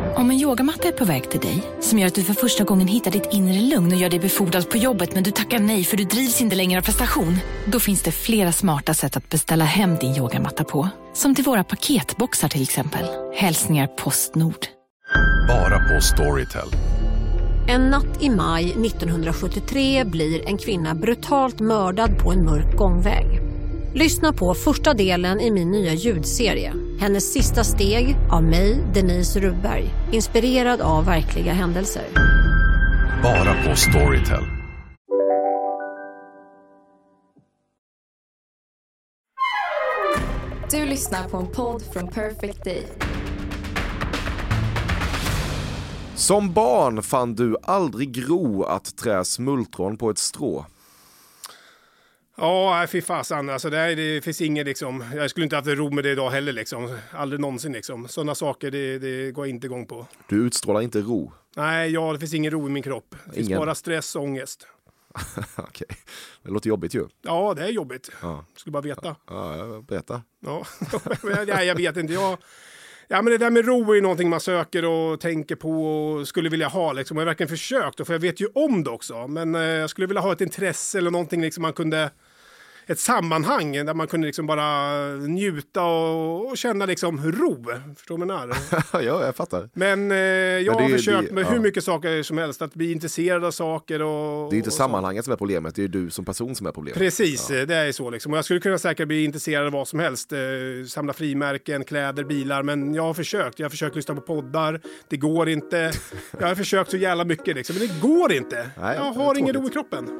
Om en yogamatta är på väg till dig, som gör att du för första gången hittar ditt inre lugn och gör dig befordrad på jobbet men du tackar nej för du drivs inte längre av prestation, då finns det flera smarta sätt att beställa hem din yogamatta på. Som till våra paketboxar till exempel. Hälsningar Postnord. Bara på Storytel. En natt i maj 1973 blir en kvinna brutalt mördad på en mörk gångväg. Lyssna på första delen i min nya ljudserie. Hennes sista steg av mig, Denise Rubberg. Inspirerad av verkliga händelser. Bara på Storytel. Du lyssnar på en podd från Perfect Day. Som barn fann du aldrig gro att trä smultron på ett strå. Ja, fy fasen. Alltså det finns inget liksom. Jag skulle inte haft ro med det idag heller liksom. Aldrig någonsin liksom. Sådana saker, det går jag inte igång på. Du utstrålar inte ro? Nej, det finns ingen ro i min kropp. Det finns bara stress och ångest. Okej. Det låter jobbigt ju. Ja, det är jobbigt. Ja. Skulle bara veta. Ja, berätta. Ja, nej, jag vet inte. Ja, men det där med ro är ju någonting man söker och tänker på och skulle vilja ha liksom. Jag har verkligen försökt, för jag vet ju om det också. Men jag skulle vilja ha ett intresse eller någonting liksom man kunde... Ett sammanhang där man kunde liksom bara njuta och känna liksom ro. Förstår man när? Ja, jag fattar. Men jag har försökt med hur mycket saker som helst att bli intresserad av saker. Och, det är inte sammanhanget som är problemet, det är du som person som är problemet. Precis, det är så liksom. Och jag skulle kunna säkert bli intresserad av vad som helst. Samla frimärken, kläder, bilar. Men jag har försökt lyssna på poddar. Det går inte. Jag har försökt så jävla mycket liksom. Men det går inte. Nej, jag har ingen ro i kroppen.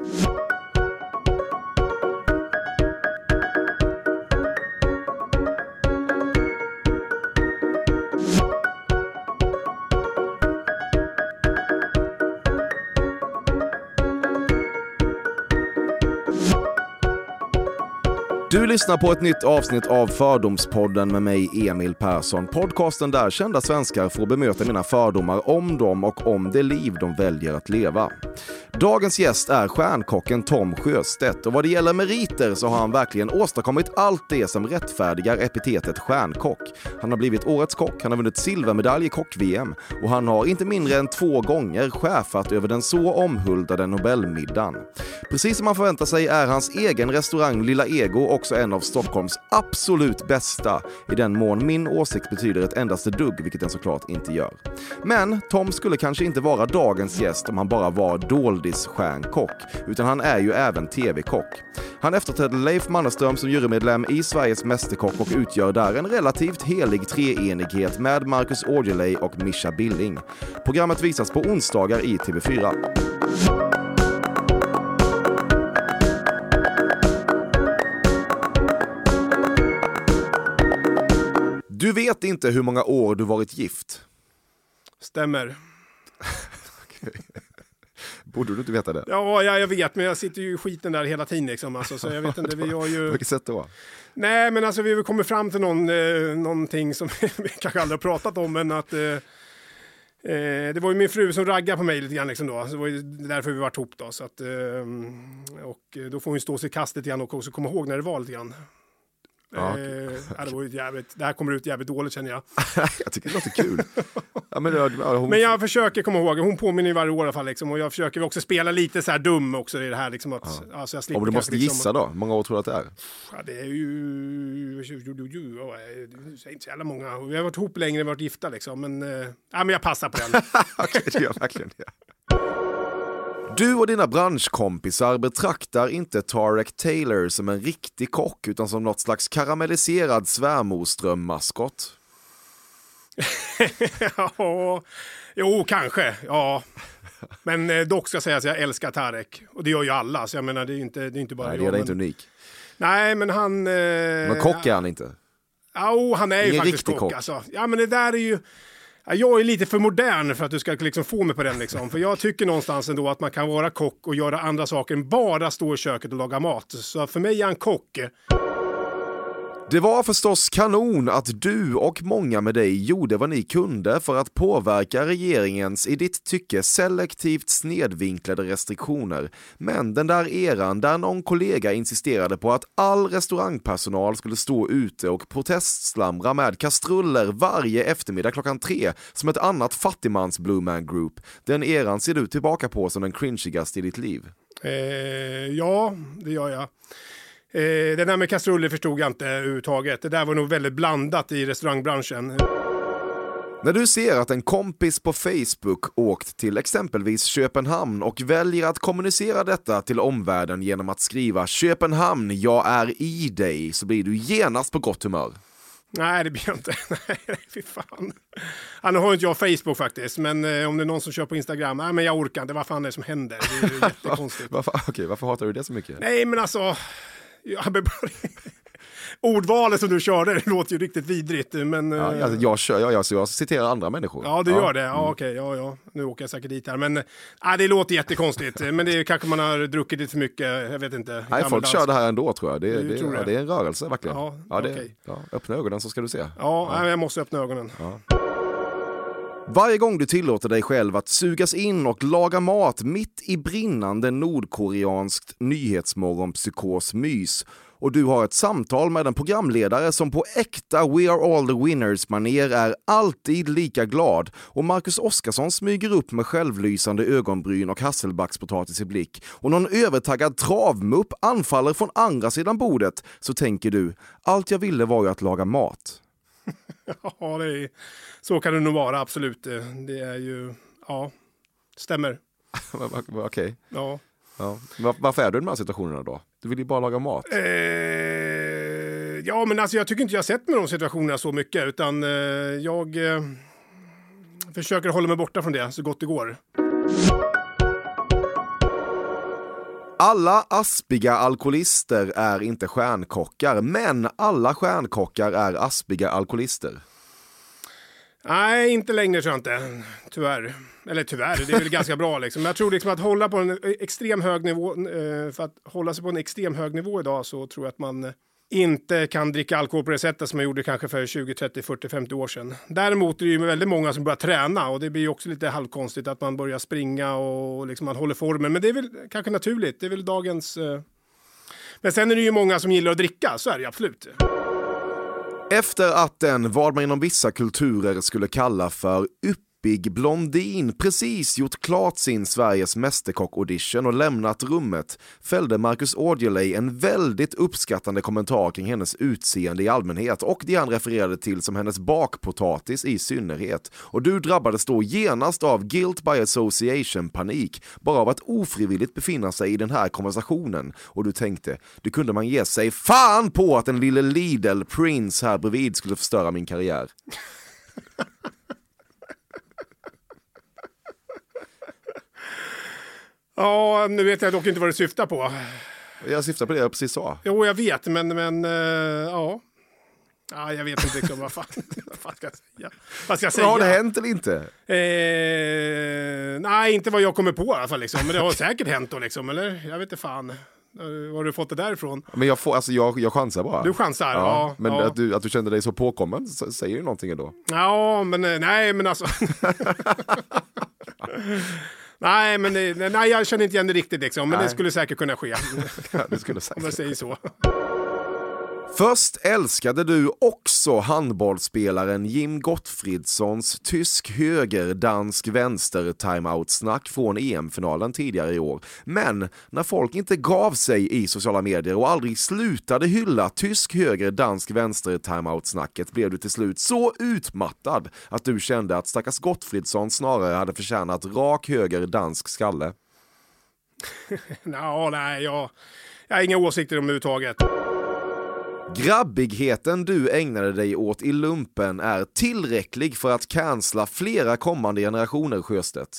Du lyssnar på ett nytt avsnitt av Fördomspodden med mig, Emil Persson. Podcasten där kända svenskar får bemöta mina fördomar om dem och om det liv de väljer att leva. Dagens gäst är stjärnkocken Tom Sjöstedt, och vad det gäller meriter så har han verkligen åstadkommit allt det som rättfärdigar epitetet stjärnkock. Han har blivit årets kock, han har vunnit silvermedalj i kock-VM och han har inte mindre än 2 gånger chefat över den så omhuldade Nobelmiddagen. Precis som man förväntar sig är hans egen restaurang Lilla Ego också en av Stockholms absolut bästa, i den mån min åsikt betyder ett endaste dugg, vilket den såklart inte gör. Men Tom skulle kanske inte vara dagens gäst om han bara var doldisstjärnkock, utan han är ju även tv-kock. Han efterträdde Leif Mannerström som jurymedlem i Sveriges Mästerkock och utgör där en relativt helig treenighet med Marcus Aujalay och Mischa Billing. Programmet visas på onsdagar i TV4. Du vet inte hur många år du varit gift? Stämmer. Okej. Borde du inte veta det? Ja, jag vet, men jag sitter ju i skiten där hela tiden liksom. Alltså, så jag vet inte, vi har ju... Vilket sätt det var? Nej, men alltså vi har kommit fram till någonting som vi kanske aldrig har pratat om, men att... det var ju min fru som raggade på mig lite grann liksom då. Så det var ju därför vi var ihop då. Så att, och då får hon ju stå sig i kastet igen och också komma ihåg när det var lite grann. Ja, det var ju det här kommer ut jävligt dåligt, känner jag. Jag tycker det låter kul. Ja, men jag försöker komma ihåg, hon påminner ju varje år i alla fall liksom, och jag försöker också spela lite så här dum också i det här liksom, att alltså jag slipper. Om du måste liksom, gissa då, många år tror du att det är? Ja, det är ju det är inte så jävla många. Vi har varit ihop längre än varit gifta liksom, men men jag passar på den. Okej, det gör verkligen det. Du och dina branschkompisar betraktar inte Tarek Taylor som en riktig kock utan som något slags karamelliserad svärmorsdrömmaskot. Ja, jo, kanske, ja. Men dock ska jag säga att jag älskar Tarek. Och det gör ju alla, så jag menar, det är inte bara nej, jag. Det är inte unik. Nej, men han... Men kock är han inte? Ja, han är ju ingen faktiskt kock. Alltså. Ja, men det där är ju... Jag är lite för modern för att du ska liksom få mig på den liksom. För jag tycker någonstans ändå att man kan vara kock och göra andra saker än bara stå i köket och laga mat. Så för mig är han kock. Det var förstås kanon att du och många med dig gjorde vad ni kunde för att påverka regeringens i ditt tycke selektivt snedvinklade restriktioner. Men den där eran där någon kollega insisterade på att all restaurangpersonal skulle stå ute och protestslamra med kastruller varje eftermiddag 3:00 som ett annat fattigmans Blue Man Group. Den eran ser du tillbaka på som den cringigaste i ditt liv. Ja, det gör jag. Det där med kastruller förstod jag inte överhuvudtaget. Det där var nog väldigt blandat i restaurangbranschen. När du ser att en kompis på Facebook åkt till exempelvis Köpenhamn och väljer att kommunicera detta till omvärlden genom att skriva Köpenhamn, jag är i dig, så blir du genast på gott humör. Nej, det blir jag inte. Nej, fy fan. Nu har inte jag Facebook faktiskt, men om det är någon som kör på Instagram, nej men jag orkar inte, vad fan är det som händer? Det är ju jättekonstigt. Varför hatar du det så mycket? Nej, men alltså... Ordvalet som du körde, det låter ju riktigt vidrigt, men... Jag citerar andra människor. Ja, du gör det. Ja, okej. Ja. Nu åker jag säkert dit här. Men det låter jättekonstigt. Men det är kanske man har druckit lite för mycket. Jag vet inte. Nej, folk kör det här ändå, tror jag. Det är en rörelse, verkligen. Okay. Öppna ögonen så ska du se. Ja. Jag måste öppna ögonen. Ja. Varje gång du tillåter dig själv att sugas in och laga mat mitt i brinnande nordkoreanskt nyhetsmorgonpsykosmys och du har ett samtal med en programledare som på äkta We Are All The Winners-manér är alltid lika glad och Marcus Oskarsson smyger upp med självlysande ögonbryn och hasselbackspotatis i blick och någon övertaggad travmupp anfaller från andra sidan bordet, så tänker du, allt jag ville var ju att laga mat. Ja, så kan det nog vara, absolut. Det är ju, stämmer. Okej. Ja. Varför är du i de här situationerna då? Du vill ju bara laga mat. Ja, men alltså jag tycker inte jag har sett med de situationerna så mycket, utan jag försöker hålla mig borta från det så gott det går. Alla aspiga alkoholister är inte stjärnkockar, men alla stjärnkockar är aspiga alkoholister. Nej, inte längre tror jag inte. Tyvärr. Eller tyvärr, det är väl ganska bra liksom. Jag tror liksom att hålla på en extrem hög nivå, för att hålla sig på en extrem hög nivå idag, så tror jag att man inte kan dricka alkohol på det sättet som man gjorde kanske för 20, 30, 40, 50 år sedan. Däremot är det ju väldigt många som börjar träna, och det blir ju också lite halvkonstigt att man börjar springa och liksom man håller formen. Men det är väl kanske naturligt, det är väl dagens... Men sen är det ju många som gillar att dricka, så är det absolut. Efter att vad man inom vissa kulturer skulle kalla för yppig blondin precis gjort klart sin Sveriges Mästerkock-audition och lämnat rummet, fällde Marcus Aujalay en väldigt uppskattande kommentar kring hennes utseende i allmänhet och det han refererade till som hennes bakpotatis i synnerhet. Och du drabbades då genast av guilt by association-panik, bara av att ofrivilligt befinna sig i den här konversationen. Och du tänkte, det kunde man ge sig fan på att en lille Lidl Prince här bredvid skulle förstöra min karriär. Ja, nu vet jag dock inte vad du syftar på. Jag syftar på det jag precis sa. Jo, jag vet, men ja. Ja, jag vet inte liksom vad fan ska jag säga. Vad ska jag säga? Har det hänt eller inte? Nej, inte vad jag kommer på i alla fall liksom. Men det har säkert hänt då liksom, eller? Jag vet inte fan. Var har du fått det därifrån? Men jag chansar bara. Du chansar, ja. Men ja. Att du kände dig så påkommen säger ju någonting ändå. Ja, men nej, men alltså... Nej, jag känner inte igen det riktigt liksom, men det skulle säkert kunna ske. Det skulle säkert. Om jag säger så. Först älskade du också handbollsspelaren Jim Gottfridssons tysk höger, dansk vänster timeout-snack från EM-finalen tidigare i år. Men när folk inte gav sig i sociala medier och aldrig slutade hylla tysk höger, dansk vänster timeout-snacket blev du till slut så utmattad att du kände att stackars Gottfridsson snarare hade förtjänat rak höger dansk skalle. Nej, jag har inga åsikter om överhuvudtaget. Grabbigheten du ägnade dig åt i lumpen är tillräcklig för att cancella flera kommande generationer, Sjöstedt.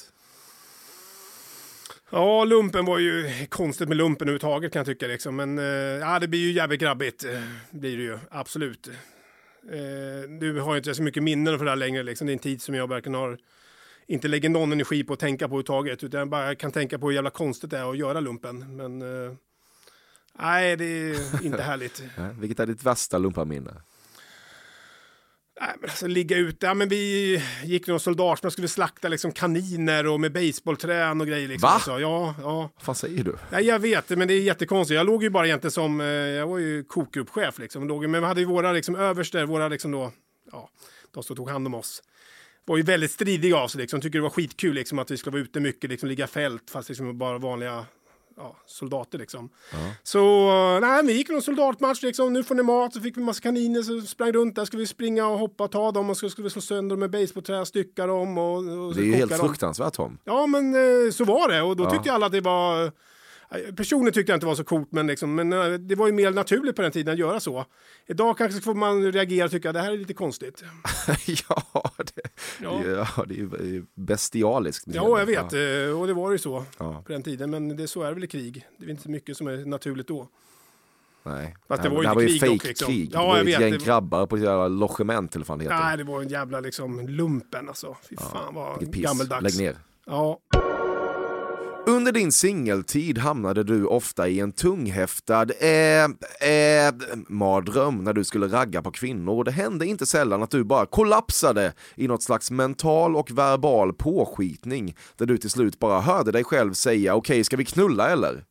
Ja, lumpen var ju konstigt med lumpen överhuvudtaget kan jag tycka liksom. Men det blir ju jävligt grabbigt, blir det ju, absolut. Du har ju inte så mycket minnen för det här längre liksom. Det är en tid som jag verkligen inte lägger någon energi på att tänka på överhuvudtaget, utan jag bara kan tänka på hur jävla konstigt det är att göra lumpen. Men Nej, det är inte härligt. Vilket är ditt värsta lumparminne? Nej, men alltså ligga ute. Ja, men vi gick någon soldat som skulle slakta liksom kaniner och med baseballträn och grejer. Liksom. Va? Så, ja. Vad fan säger du? Ja, jag vet, men det är jättekonstigt. Jag låg ju bara egentligen som, jag var ju kokgruppchef liksom. Men vi hade ju våra liksom överster, våra liksom då, ja, de som tog hand om oss. Var ju väldigt stridiga av sig liksom. Tycker det var skitkul liksom att vi skulle vara ute mycket, liksom ligga fält, fast liksom bara vanliga soldater liksom. Så nej, vi gick någon soldatmatch liksom. Nu får ni mat, så fick vi massa kaniner, så sprang runt där, skulle vi springa och hoppa och ta dem och så skulle vi slå sönder dem med basebollträ, stycka dem och det är ju helt fruktansvärt, Tom. Ja, men så var det, och då tyckte alla att det var, personen tyckte jag inte var så coolt, men det var ju mer naturligt på den tiden att göra så. Idag kanske får man reagera och tycka att det här är lite konstigt. Det är ju bestialiskt. Ja, jag vet. Och det var ju så på den tiden. Men så är det väl i krig. Det är inte så mycket som är naturligt då. Nej. Fast det var ju krig fake dock, liksom. krig. Ja, det var jag ett vet. gäng grabbar på ett jävla logement eller fan det heter. Nej, det var en jävla liksom lumpen alltså. Fy fan vad gammeldags. Lägg ner. Ja. Under din singeltid hamnade du ofta i en tunghäftad mardröm när du skulle ragga på kvinnor. Och det hände inte sällan att du bara kollapsade i något slags mental och verbal påskitning där du till slut bara hörde dig själv säga okej, ska vi knulla eller?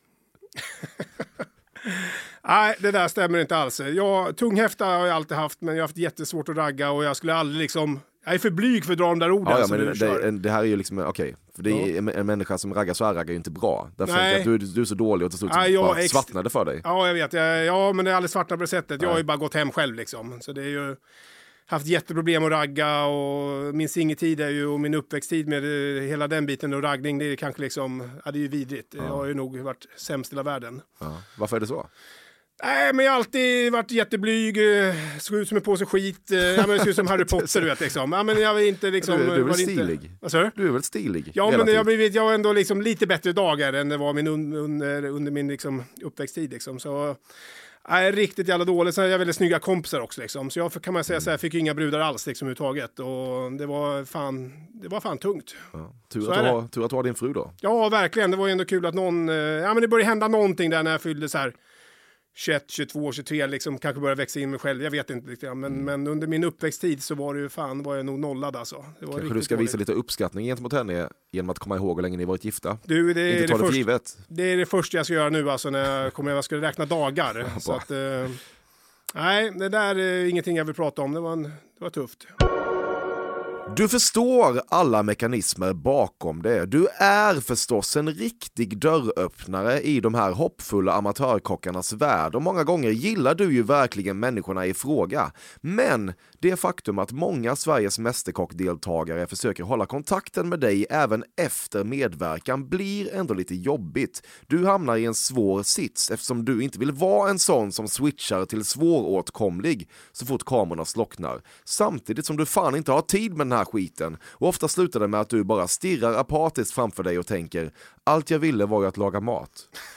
Nej, det där stämmer inte alls. Tunghäfta har jag alltid haft, men jag har haft jättesvårt att ragga och jag skulle aldrig liksom... Jag är för blyg för att dra de där orden. Ja, men det här är ju liksom, okej. För det är en människa som raggar så här raggar ju inte bra. Därför att du är så dålig och till slut bara svartnade för dig. Ja, jag vet. Ja, men det är aldrig svartnat på det sättet. Jag har ju bara gått hem själv liksom. Så det är ju... haft jätteproblem att ragga, och min singeltid är ju, och min uppväxttid med hela den biten och raggning, det är kanske liksom, det är ju vidrigt. Jag har ju nog varit sämst i hela världen. Ja. Varför är det så? Nej, men jag har alltid varit jätteblyg, såg ut som en påse skit, jag ser ut som Harry Potter, du vet liksom. Ja, men jag är inte liksom... Du är väl stilig? Vad sa du? Du är väl stilig? Ja, men jag har ändå liksom lite bättre dagar än det var under min liksom uppväxttid liksom, så... Nej, riktigt jävla dåligt. Sen har jag väldigt snygga kompisar också liksom. Så jag kan man säga så här, fick ju inga brudar alls liksom överhuvudtaget. Och det var fan tungt. Ja. Tur att du har din fru då. Ja, verkligen. Det var ju ändå kul att någon... men det började hända någonting där när jag fyllde så här 21, 22, 23 liksom, kanske började växa in mig själv. Jag vet inte riktigt. Men under min uppväxttid så var jag nog nollad alltså. Det var kanske du ska visa lite uppskattning gentemot henne genom att komma ihåg hur länge ni varit gifta. Du, det är det första jag ska göra nu alltså, när jag ska räkna dagar. Så att, nej, det där är ingenting jag vill prata om. Det var tufft. Du förstår alla mekanismer bakom det. Du är förstås en riktig dörröppnare i de här hoppfulla amatörkockarnas värld, och många gånger gillar du ju verkligen människorna i fråga. Men det faktum att många Sveriges mästerkockdeltagare försöker hålla kontakten med dig även efter medverkan blir ändå lite jobbigt. Du hamnar i en svår sits eftersom du inte vill vara en sån som switchar till svåråtkomlig så fort kamerorna slocknar. Samtidigt som du fan inte har tid med den här skiten, och ofta slutar det med att du bara stirrar apatiskt framför dig och tänker, allt jag ville var ju att laga mat.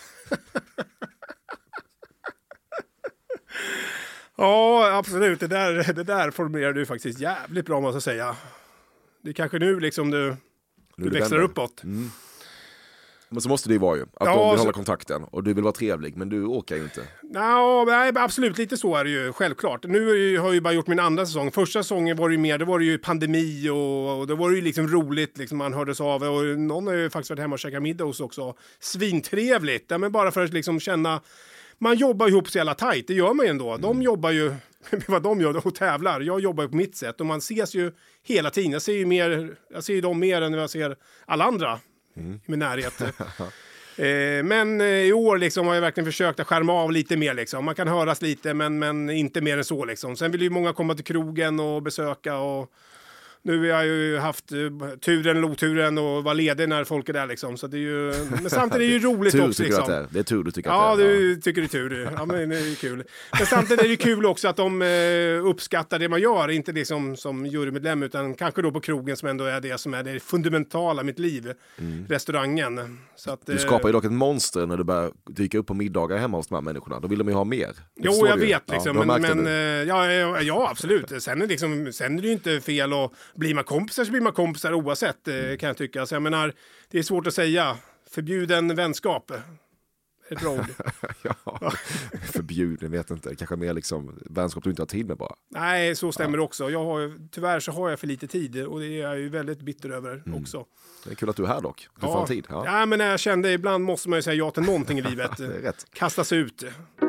Ja, absolut. Det där formulerar du faktiskt jävligt bra, måste jag säga. Det är kanske nu liksom du växlar uppåt. Mm. Men så måste det ju vara ju. Att de vill hålla kontakten och du vill vara trevlig, men du åker ju inte. Nej, absolut. Lite så är det ju, självklart. Nu har jag ju bara gjort min andra säsong. Första säsongen var det ju mer, det var det ju pandemi och då var det ju liksom roligt. Liksom man hördes av, och någon har ju faktiskt varit hemma och käkat middag hos också. Svintrevligt. Ja, men bara för att liksom känna... Man jobbar ihop så jävla tajt, det gör man ju ändå. De jobbar ju, vad de gör och tävlar. Jag jobbar ju på mitt sätt och man ses ju hela tiden. Jag ser ju dem mer än jag ser alla andra i min närhet. Men i år liksom har jag verkligen försökt att skärma av lite mer liksom. Man kan höras lite, men inte mer än så liksom. Sen vill ju många komma till krogen och besöka, och nu har jag ju haft turen eller oturen och var ledig när folk är där liksom. Så det är ju, men samtidigt är det ju roligt också liksom. Det är tur du tycker att det är. Ja, du tycker det är tur. Ja, men det är ju kul. Men samtidigt är det ju kul också att de uppskattar det man gör. Inte liksom som jurymedlem, utan kanske då på krogen som ändå är det som är det fundamentala i mitt liv. Restaurangen. Så att, du skapar ju dock ett monster när du börjar dyka upp på middagar hemma hos de här människorna. Då vill de ju ha mer. Jo, jag vet liksom. Ja, absolut. Sen är det ju inte fel, och blir man kompisar så blir man kompisar oavsett, kan jag tycka. Så jag menar, det är svårt att säga. Förbjuden vänskap. ett road. Ja, förbjuden, vet inte. Kanske mer liksom vänskap du inte har tid med bara. Nej, så stämmer det också. Tyvärr så har jag för lite tid och det är jag ju väldigt bitter över också. Det är kul att du är här dock. Du får tid. Ja, men jag kände ibland måste man ju säga ja till någonting i livet. Det är rätt. Kasta sig ut.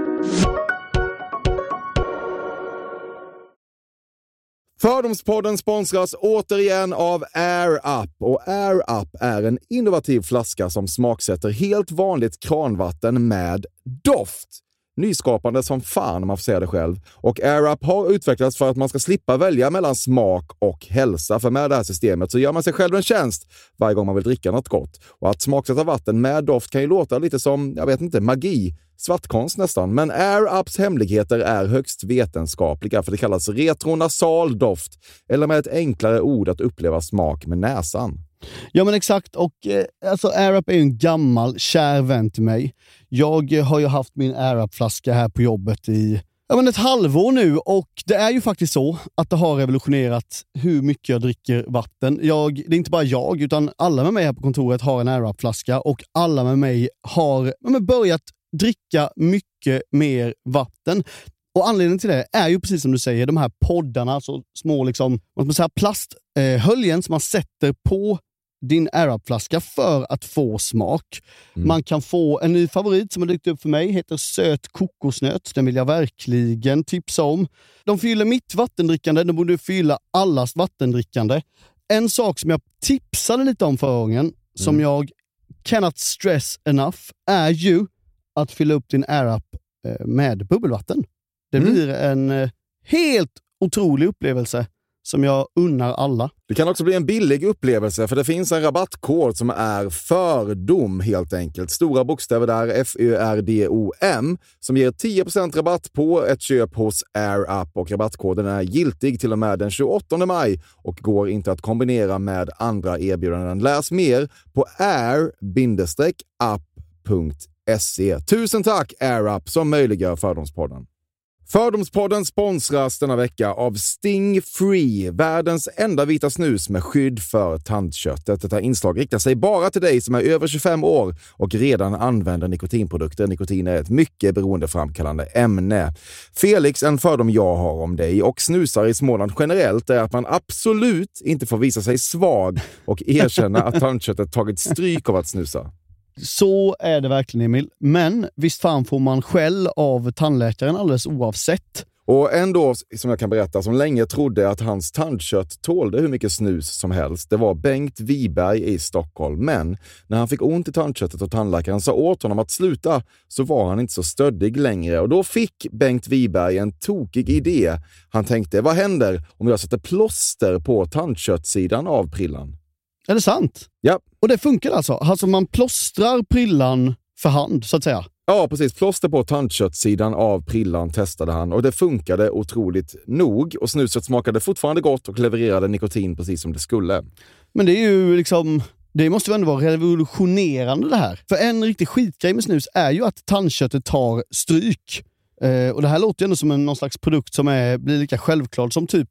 Fördomspodden sponsras återigen av Air Up. Och Air Up är en innovativ flaska som smaksätter helt vanligt kranvatten med doft. Nyskapande som fan om man får säga det själv. Och Air Up har utvecklats för att man ska slippa välja mellan smak och hälsa. För med det här systemet så gör man sig själv en tjänst varje gång man vill dricka något gott. Och att smaksätta vatten med doft kan ju låta lite som, jag vet inte, magi. Svartkonst nästan. Men Air Ups hemligheter är högst vetenskapliga för det kallas retronasal doft. Eller med ett enklare ord att uppleva smak med näsan. Ja men exakt, och alltså Air Up är ju en gammal kär vän till mig. Jag har ju haft min Air Up-flaska här på jobbet i ett halvår nu och det är ju faktiskt så att det har revolutionerat hur mycket jag dricker vatten. Det är inte bara jag utan alla med mig här på kontoret har en Air Up-flaska och alla med mig har börjat dricka mycket mer vatten. Och anledningen till det är ju precis som du säger, de här poddarna, alltså små liksom, plasthöljen som man sätter på din Air Up-flaska för att få smak. Man kan få en ny favorit som har dykt upp för mig, heter söt kokosnöt. Den vill jag verkligen tipsa om. De fyller mitt vattendrickande, de borde fylla allas vattendrickande. En sak som jag tipsade lite om förra gången, som jag cannot stress enough, är ju att fylla upp din Air Up med bubbelvatten. Det blir en helt otrolig upplevelse som jag unnar alla. Det kan också bli en billig upplevelse för det finns en rabattkod som är fördom helt enkelt. Stora bokstäver där, FÖRDOM, som ger 10% rabatt på ett köp hos Air Up och rabattkoden är giltig till och med den 28 maj och går inte att kombinera med andra erbjudanden. Läs mer på air-up.se. Tusen tack Air Up som möjliggör Fördomspodden. Fördomspodden sponsras denna vecka av Sting Free, världens enda vita snus med skydd för tandköttet. Detta inslag riktar sig bara till dig som är över 25 år och redan använder nikotinprodukter. Nikotin är ett mycket beroendeframkallande ämne. Felix, en fördom jag har om dig och snusar i Småland generellt är att man absolut inte får visa sig svag och erkänna att tandköttet tagit stryk av att snusa. Så är det verkligen, Emil. Men visst fan får man skäll av tandläkaren alldeles oavsett. Och ändå, som jag kan berätta, som länge trodde att hans tandkött tålde hur mycket snus som helst. Det var Bengt Wiberg i Stockholm. Men när han fick ont i tandköttet och tandläkaren sa åt honom att sluta så var han inte så stöddig längre. Och då fick Bengt Wiberg en tokig idé. Han tänkte, vad händer om jag sätter plåster på tandköttsidan av prillan? Är det sant? Ja. Och det funkar alltså? Alltså man plåstrar prillan för hand, så att säga? Ja, precis. Plåster på tandköttsidan av prillan testade han och det funkade otroligt nog. Och snuset smakade fortfarande gott och levererade nikotin precis som det skulle. Men det är ju liksom... Det måste ju ändå vara revolutionerande det här. För en riktig skitgrej med snus är ju att tandköttet tar stryk. Och det här låter ju ändå som någon slags produkt som blir lika självklart som typ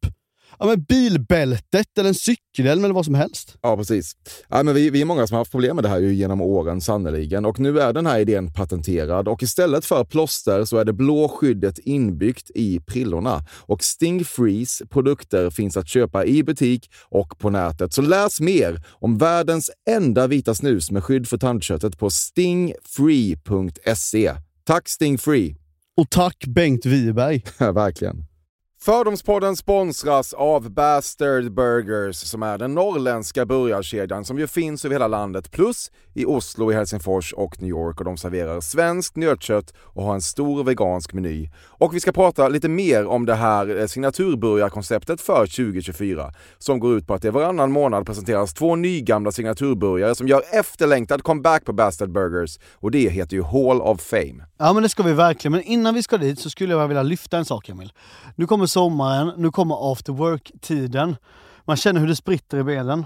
bilbältet eller en cykelhjälm eller vad som helst. Ja, precis. Ja, men vi är många som har haft problem med det här ju genom åren sannoliken. Och nu är den här idén patenterad. Och istället för plåster så är det blå skyddet inbyggt i prillorna. Och Sting Frees produkter finns att köpa i butik och på nätet. Så läs mer om världens enda vita snus med skydd för tandköttet på stingfree.se. Tack Sting Free! Och tack Bengt Wiberg! Verkligen. Fördomspodden sponsras av Bastard Burgers som är den norrländska burgarkedjan som ju finns över hela landet plus i Oslo, i Helsingfors och New York och de serverar svenskt nötkött och har en stor vegansk meny. Och vi ska prata lite mer om det här signaturburgarkonceptet för 2024 som går ut på att det varannan månad presenteras 2 nygamla signaturburgare som gör efterlängtad comeback på Bastard Burgers och det heter ju Hall of Fame. Ja men det ska vi verkligen, men innan vi ska dit så skulle jag vilja lyfta en sak Emil. Nu kommer sommaren, nu kommer after work-tiden. Man känner hur det spritter i benen.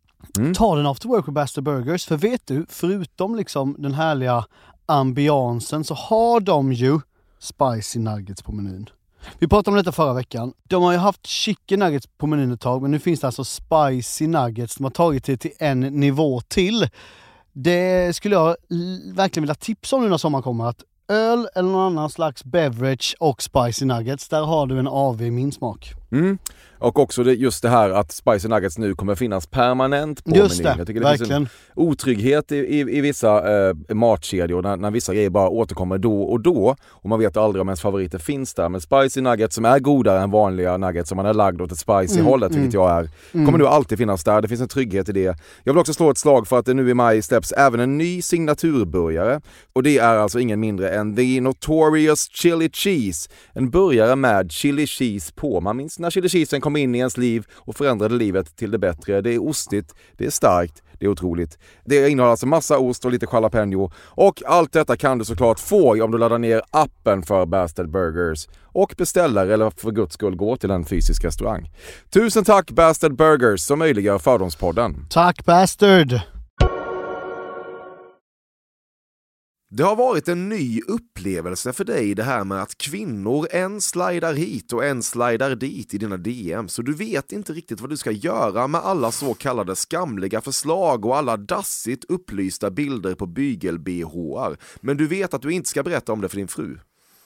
Ta den after work på Bastard Burgers. För vet du, förutom liksom den härliga ambiansen så har de ju spicy nuggets på menyn. Vi pratade om detta förra veckan. De har ju haft chicken nuggets på menyn ett tag, men nu finns det alltså spicy nuggets. De har tagit det till en nivå till. Det skulle jag verkligen vilja tipsa om nu när sommaren kommer. Att öl eller någon annan slags beverage och spicy nuggets, där har du en AV i min smak. Och också just det här att spicy nuggets nu kommer finnas permanent på just menyn. Det, jag tycker det verkligen. finns en otrygghet i vissa matkedjor när vissa grejer bara återkommer då och då. Och man vet aldrig om ens favoriter finns där. Men spicy nuggets som är godare än vanliga nuggets som man är lagd åt ett spicy hållet, vilket jag är, kommer nu alltid finnas där. Det finns en trygghet i det. Jag vill också slå ett slag för att det nu i maj släpps även en ny signaturburgare. Och det är alltså ingen mindre än The Notorious Chili Cheese. En burgare med chili cheese på. Man minns när chili cheesen kom in i ens liv och förändrade livet till det bättre. Det är ostigt, det är starkt, det är otroligt. Det innehåller alltså massa ost och lite jalapeno. Och allt detta kan du såklart få om du laddar ner appen för Bastard Burgers och beställer eller för guds skull gå till en fysisk restaurang. Tusen tack Bastard Burgers som möjliggör Fördomspodden. Tack Bastard! Det har varit en ny upplevelse för dig det här med att kvinnor en slidar hit och en slidar dit i dina DM, så du vet inte riktigt vad du ska göra med alla så kallade skamliga förslag och alla dassigt upplysta bilder på bygel-BHR. Men du vet att du inte ska berätta om det för din fru.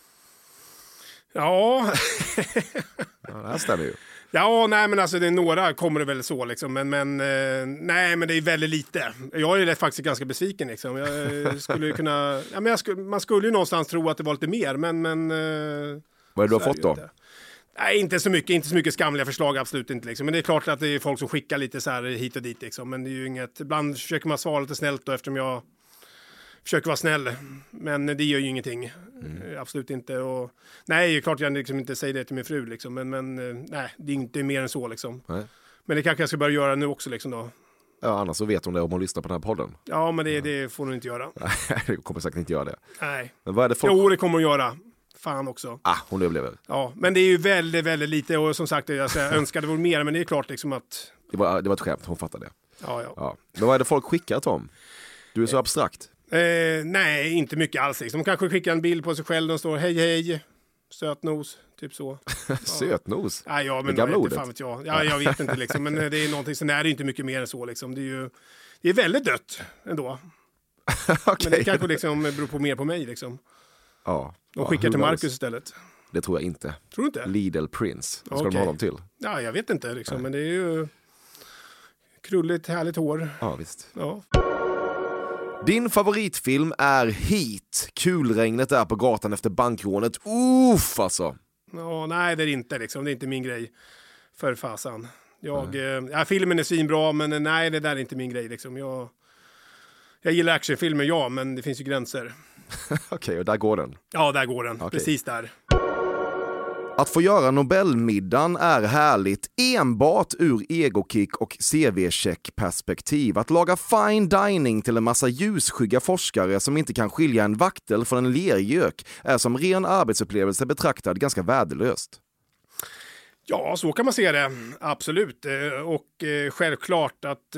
Ja. Ja, det här stämmer ju. Ja, nej men alltså det är några kommer det väl så liksom, men nej men det är väldigt lite. Jag är faktiskt ganska besviken liksom. Jag skulle kunna, ja, men man skulle ju någonstans tro att det var lite mer, men vad är det du har fått då? Inte. Nej, inte så mycket skamliga förslag, absolut inte liksom. Men det är klart att det är folk som skickar lite så här hit och dit liksom, men det är ju inget, ibland försöker man svara lite snällt då eftersom jag försöker vara snäll, men det gör ju ingenting. Absolut inte. Och nej, det är klart jag liksom inte säger det till min fru liksom, men nej, det är inte mer än så liksom. Nej. Men det kanske jag ska börja göra nu också liksom då. Ja, annars så vet hon det om hon lyssnar på den här podden. Ja, men det får hon inte göra. Nej, det kommer säkert inte göra det. Nej. Men vad är det folk... Jo, det kommer hon göra. Fan också. Hon överlever. Ja, men det är ju väldigt, väldigt lite, och som sagt, jag önskade det vore mer, men det är klart liksom att... Det var ett skämt, hon fattar det. Ja. Men vad är det folk skickar, Tom? Du är så abstrakt. Nej, inte mycket alls. De kanske skickar en bild på sig själv. De står hej, sötnos, typ så. Sötnos? Ja, ja, men gamla ordet. Fan vet jag. Ja, jag vet inte liksom. Men det är någonting, sen är det inte mycket mer än så liksom. Det är väldigt dött ändå. Okay. Men det kanske liksom beror på mer på mig liksom. Ja. De skickar till Marcus istället. Det tror jag inte. Tror du inte? Lidl Prince. Vad ska de ha dem till? Ja, jag vet inte liksom. Men det är ju krulligt, härligt hår. Ja, visst. Ja. Din favoritfilm är Heat. Kulregnet är på gatan efter bankrånet. Uff, alltså. Ja, nej, det är inte liksom. Det är inte min grej. För fasan. Filmen är svinbra, men nej, det där är inte min grej liksom. Jag gillar actionfilmer, ja, men det finns ju gränser. Okej, och där går den? Ja, där går den. Okay. Precis där. Att få göra Nobelmiddagen är härligt enbart ur egokick och CV-check-perspektiv. Att laga fine dining till en massa ljusskygga forskare som inte kan skilja en vaktel från en lergök är som ren arbetsupplevelse betraktad ganska värdelöst. Ja, så kan man se det. Absolut. Och självklart att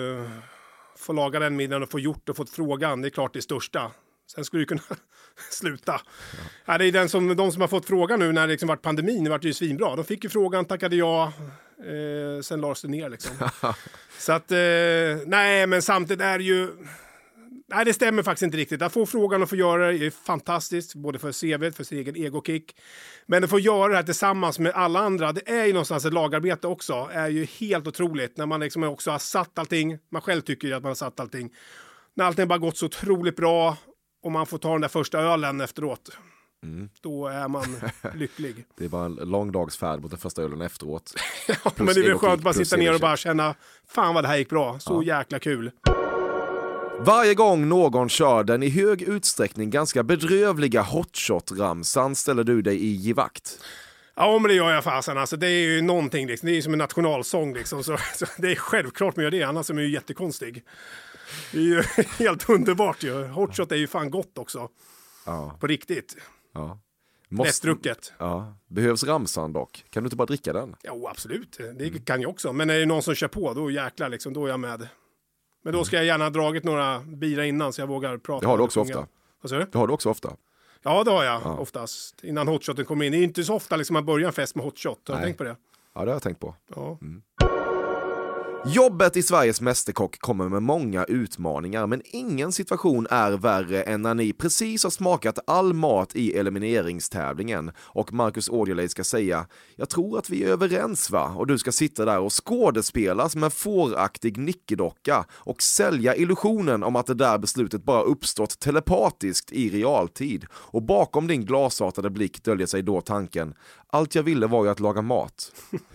få laga den middagen och få gjort och fått frågan, det är klart det största. Sen skulle du kunna sluta. Ja, det är de som har fått frågan nu när det liksom varit pandemin, det var ju svinbra. De fick ju frågan, tackade jag, sen lades det ner liksom. Så att, nej, men samtidigt är det ju... Nej, det stämmer faktiskt inte riktigt. Att få frågan och få göra det är fantastiskt, både för CV, för sin egen egokick. Men att få göra det här tillsammans med alla andra, det är ju någonstans ett lagarbete också. Är ju helt otroligt när man liksom också har satt allting. Man själv tycker ju att man har satt allting. När allting bara gått så otroligt bra och man får ta den där första ölen efteråt. Då är man lycklig. Det är bara en lång dagsfärd mot den första ölen efteråt. Ja, men det är väl skönt att bara sitta ner och bara känna, fan vad det här gick bra. Så jäkla kul. Varje gång någon kör den i hög utsträckning ganska bedrövliga hotshot-ramsan ställer du dig i givakt. Ja, men det gör jag fasen. Alltså, det är ju någonting, liksom. Det är ju som en nationalsång. Liksom. Så det är självklart med det, annars är man ju jättekonstig. Det är ju helt underbart ju. Hotshot är ju fan gott också. Ja. På riktigt. Ja. Lättdrucket. Ja. Behövs ramsan dock? Kan du inte bara dricka den? Ja, absolut. Det kan jag också. Men är det någon som kör på, då jäklar liksom, då är jag med. Men då ska jag gärna ha dragit några bira innan så jag vågar prata. Det har du också ofta. Vad säger du? Det har du också ofta. Ja, det har jag oftast. Innan hotshoten kommer in. Det är inte så ofta liksom man börjar en fest med hotshot. Har du tänkt på det? Ja, det har jag tänkt på. Ja. Jobbet i Sveriges Mästerkock kommer med många utmaningar, men ingen situation är värre än när ni precis har smakat all mat i elimineringstävlingen och Marcus Aujalay ska säga "Jag tror att vi är överens va?" och du ska sitta där och skådespela som en fåraktig nickedocka och sälja illusionen om att det där beslutet bara uppstått telepatiskt i realtid, och bakom din glasartade blick döljer sig då tanken "Allt jag ville var ju att laga mat."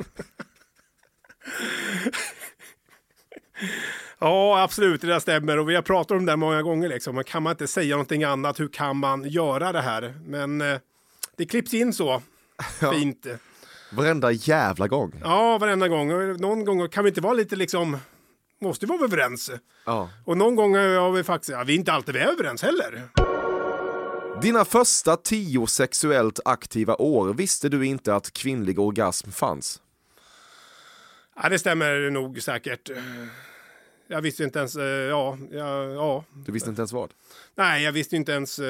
Ja, absolut, det där stämmer och vi har pratat om det många gånger liksom. Men kan man inte säga någonting annat, hur kan man göra det här? Men det klipps in så fint. Varenda jävla gång. Ja, varenda gång. Och någon gång kan vi inte vara lite liksom, måste vi vara överens? Ja. Och någon gång har vi faktiskt, vi är inte alltid överens heller. Dina första 10 sexuellt aktiva år visste du inte att kvinnlig orgasm fanns. Ja, det stämmer nog säkert. Jag visste inte ens, ja. Du visste inte ens vad? Nej, jag visste inte ens,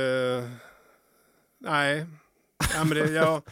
nej. Ja, men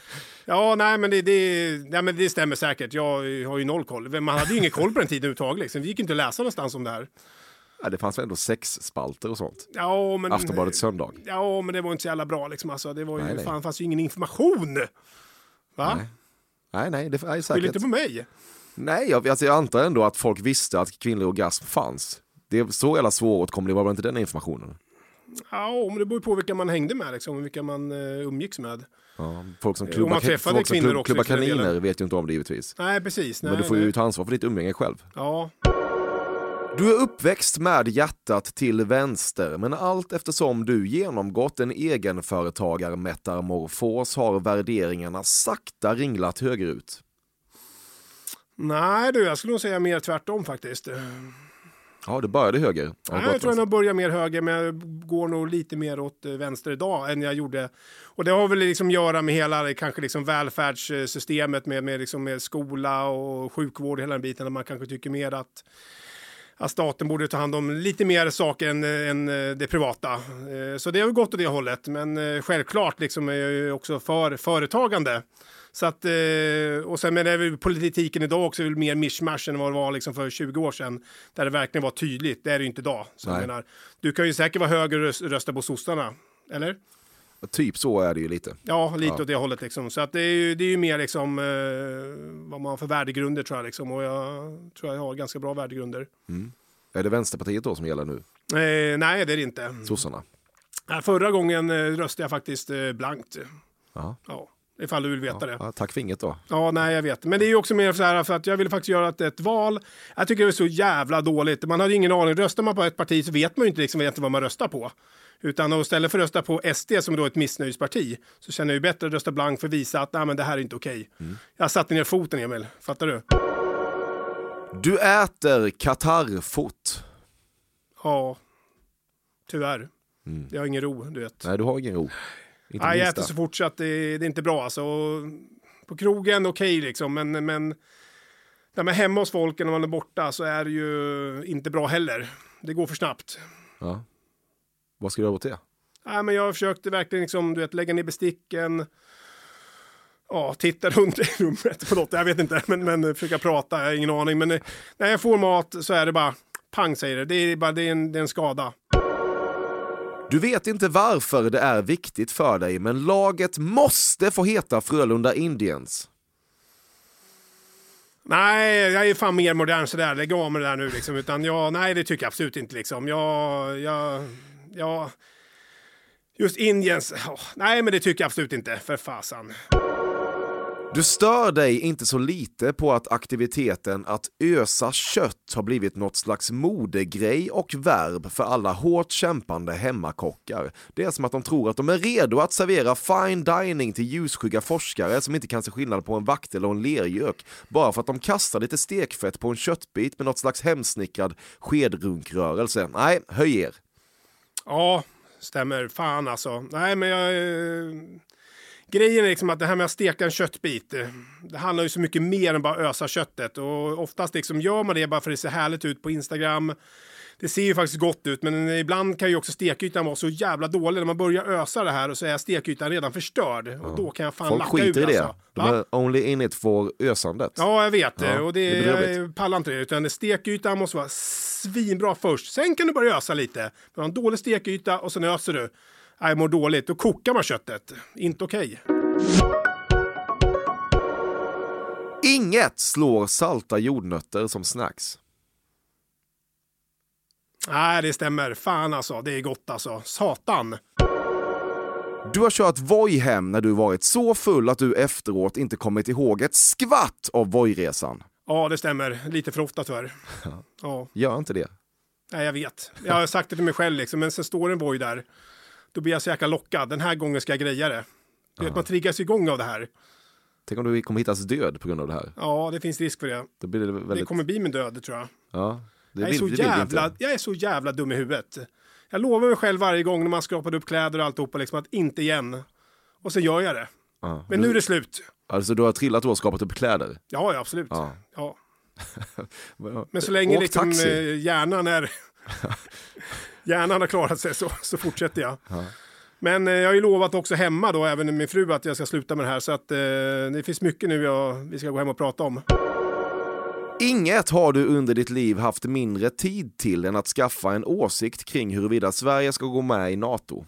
det stämmer säkert. Jag har ju noll koll. Man hade ju ingen koll på den tiden överhuvudtaget. Liksom. Vi gick inte att läsa någonstans om det här. Ja, det fanns väl ändå sexspalter och sånt. Ja, men Aftonbladet söndag. Ja, men det var inte så jävla bra liksom. Alltså, det var ju, nej. fan, fanns ju ingen information. Va? Nej, det är säkert. Vill inte på mig? Nej, jag antar ändå att folk visste att kvinnlig orgasm fanns. Det är så jävla svåråtkomligt, var väl inte den informationen? Ja, men det beror på vilka man hängde med liksom, vilka man umgicks med. Ja, folk som klubbar kaniner vet ju inte om det givetvis. Nej, precis. Men du får ju ta ansvar för ditt umgänge själv. Ja. Du är uppväxt med hjärtat till vänster, men allt eftersom du genomgått en egenföretagarmetamorfos har värderingarna sakta ringlat högerut. Nej du, jag skulle nog säga mer tvärtom faktiskt. Ja, du började höger. Nej, jag tror jag nog börjar mer höger, men jag går nog lite mer åt vänster idag än jag gjorde. Och det har väl liksom att göra med hela kanske liksom välfärdssystemet med skola och sjukvård och hela den biten. Där man kanske tycker mer att staten borde ta hand om lite mer saker än det privata. Så det har gått åt det hållet, men självklart liksom är jag ju också för företagande. Så att, och sen är politiken idag också mer mishmash än vad det var liksom för 20 år sedan. Där det verkligen var tydligt. Det är det ju inte idag. Så jag menar, du kan ju säkert vara höger och rösta på sossarna. Eller? Typ så är det ju lite. Ja, lite åt det hållet liksom. Så att det är ju mer liksom vad man har för värdegrunder tror jag liksom. Och jag tror jag har ganska bra värdegrunder. Mm. Är det Vänsterpartiet då som gäller nu? Nej, det är det inte. Sossarna? Förra gången röstade jag faktiskt blankt. Aha. Ja. Ifall du vill veta det. Ja, tack för inget då. Ja, nej jag vet. Men det är ju också mer så här för att jag ville faktiskt göra ett val. Jag tycker det är så jävla dåligt. Man hade ingen aning. Röstar man på ett parti så vet man ju inte liksom egentligen vad man röstar på. Utan istället för att rösta på SD som då är ett missnöjesparti så känner jag ju bättre att rösta blank för att visa att nej, men det här är inte okej. Jag satte ner foten, Emil. Fattar du? Du äter katarrfot. Ja, tyvärr. Jag har ingen ro, du vet. Nej, du har ingen ro. Nej, jag äter så fort så att det är inte bra. Alltså. På krogen okej, liksom, men när man är hemma hos folk när man är borta så är det ju inte bra heller. Det går för snabbt. Ja. Vad ska du göra åt det? Nej, men jag försökte verkligen liksom, du vet, lägga ner besticken. Ja, titta runt i rummet på något. Jag vet inte, men försöka prata. Jag har ingen aning. Men när jag får mat så är det bara pang, säger det. Det är en skada. Du vet inte varför det är viktigt för dig, men laget måste få heta Frölunda Indians. Nej, jag är fan mer modern sådär. Lägg av med det där nu liksom. Utan nej, det tycker jag absolut inte liksom. Just Indians. Nej, men det tycker jag absolut inte. För fasan. Du stör dig inte så lite på att aktiviteten att ösa kött har blivit något slags modegrej och verb för alla hårt kämpande hemmakockar. Det är som att de tror att de är redo att servera fine dining till ljusskygga forskare som inte kan se skillnad på en vakt eller en lergök bara för att de kastar lite stekfett på en köttbit med något slags hemsnickrad skedrunkrörelse. Nej, höj er. Ja, stämmer. Fan alltså. Nej, men jag... Grejen är liksom att det här med att steka en köttbit, det handlar ju så mycket mer än bara ösa köttet. Och oftast liksom gör man det bara för att det ser härligt ut på Instagram. Det ser ju faktiskt gott ut, men ibland kan ju också stekytan vara så jävla dålig. När man börjar ösa det här och så är stekytan redan förstörd. Och då kan jag fan Folk lacka skiter ut i det. alltså. De är only in it for ösandet. Ja, jag vet det. Ja, Och det är jag pallar inte det. Utan stekytan måste vara svinbra först. Sen kan du börja ösa lite. Men har en dålig stekyta och sen öser du. Jag mår dåligt. Då kokar man köttet. Inte okej. Inget slår salta jordnötter som snacks. Nej, det stämmer. Fan alltså. Det är gott alltså. Satan. Du har kört Voi hem när du varit så full att du efteråt inte kommit ihåg ett skvatt av Voi-resan. Ja, det stämmer. Lite för ofta tyvärr. Ja. Gör inte det. Nej, jag vet. Jag har sagt det till mig själv liksom. Men sen står en Voi där. Då blir jag så jäkla lockad. Den här gången ska jag greja det. Du vet, man triggas igång av det här. Tänk om du kommer hittas död på grund av det här. Ja, det finns risk för det. Då blir det väldigt... Det kommer bli min död, tror jag. Ja, Jag är så jävla dum i huvudet. Jag lovar mig själv varje gång när man skrapade upp kläder och alltihopa liksom, att inte igen. Och så gör jag det. Ja. Men nu är det slut. Alltså du har trillat och skapat upp kläder? Ja, absolut. Ja. Ja. Men så länge liksom, hjärnan har klarat sig så fortsätter jag. Ja. Men jag har ju lovat också hemma då, även min fru, att jag ska sluta med det här. Så att det finns mycket nu vi ska gå hem och prata om. Inget har du under ditt liv haft mindre tid till än att skaffa en åsikt kring huruvida Sverige ska gå med i NATO.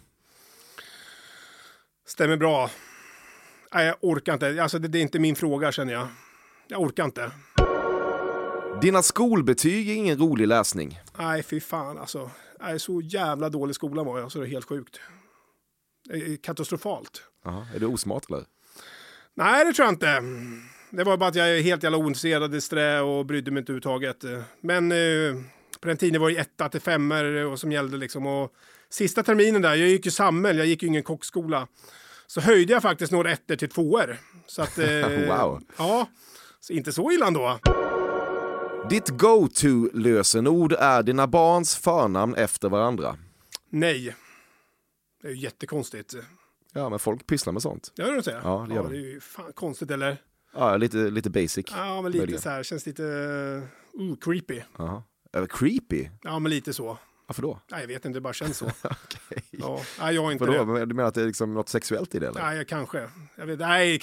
Stämmer bra. Nej, jag orkar inte. Alltså, det är inte min fråga, känner jag. Jag orkar inte. Dina skolbetyg är ingen rolig läsning. Nej, fy fan alltså. Jag är så jävla dålig skolan var jag, så det är helt sjukt. Det är katastrofalt. Aha. Är du osmart eller? Nej, det tror jag inte. Det var bara att jag är helt jävla ointresserad, disträ och brydde mig inte överhuvudtaget. Men på den tiden var det 1-5 och som gällde liksom. Och sista terminen där, jag gick ju Sammel, jag gick ju ingen kockskola. Så höjde jag faktiskt några 1 till 2:or. Så att, wow. Ja, så inte så illa ändå. Ditt go-to-lösenord är dina barns förnamn efter varandra. Nej. Det är ju jättekonstigt. Ja, men folk pysslar med sånt. Gör du det? Ja, det gör det är ju fan konstigt, eller? Ja, lite basic. Ja, men lite så här. Känns lite creepy. Ja. Creepy? Ja, men lite så. Varför då? Nej, jag vet inte, det bara känns så. Okej. Ja, nej, jag är inte Vadå? det. Du menar att det är liksom något sexuellt i det, eller? Nej, kanske. Jag vet, nej,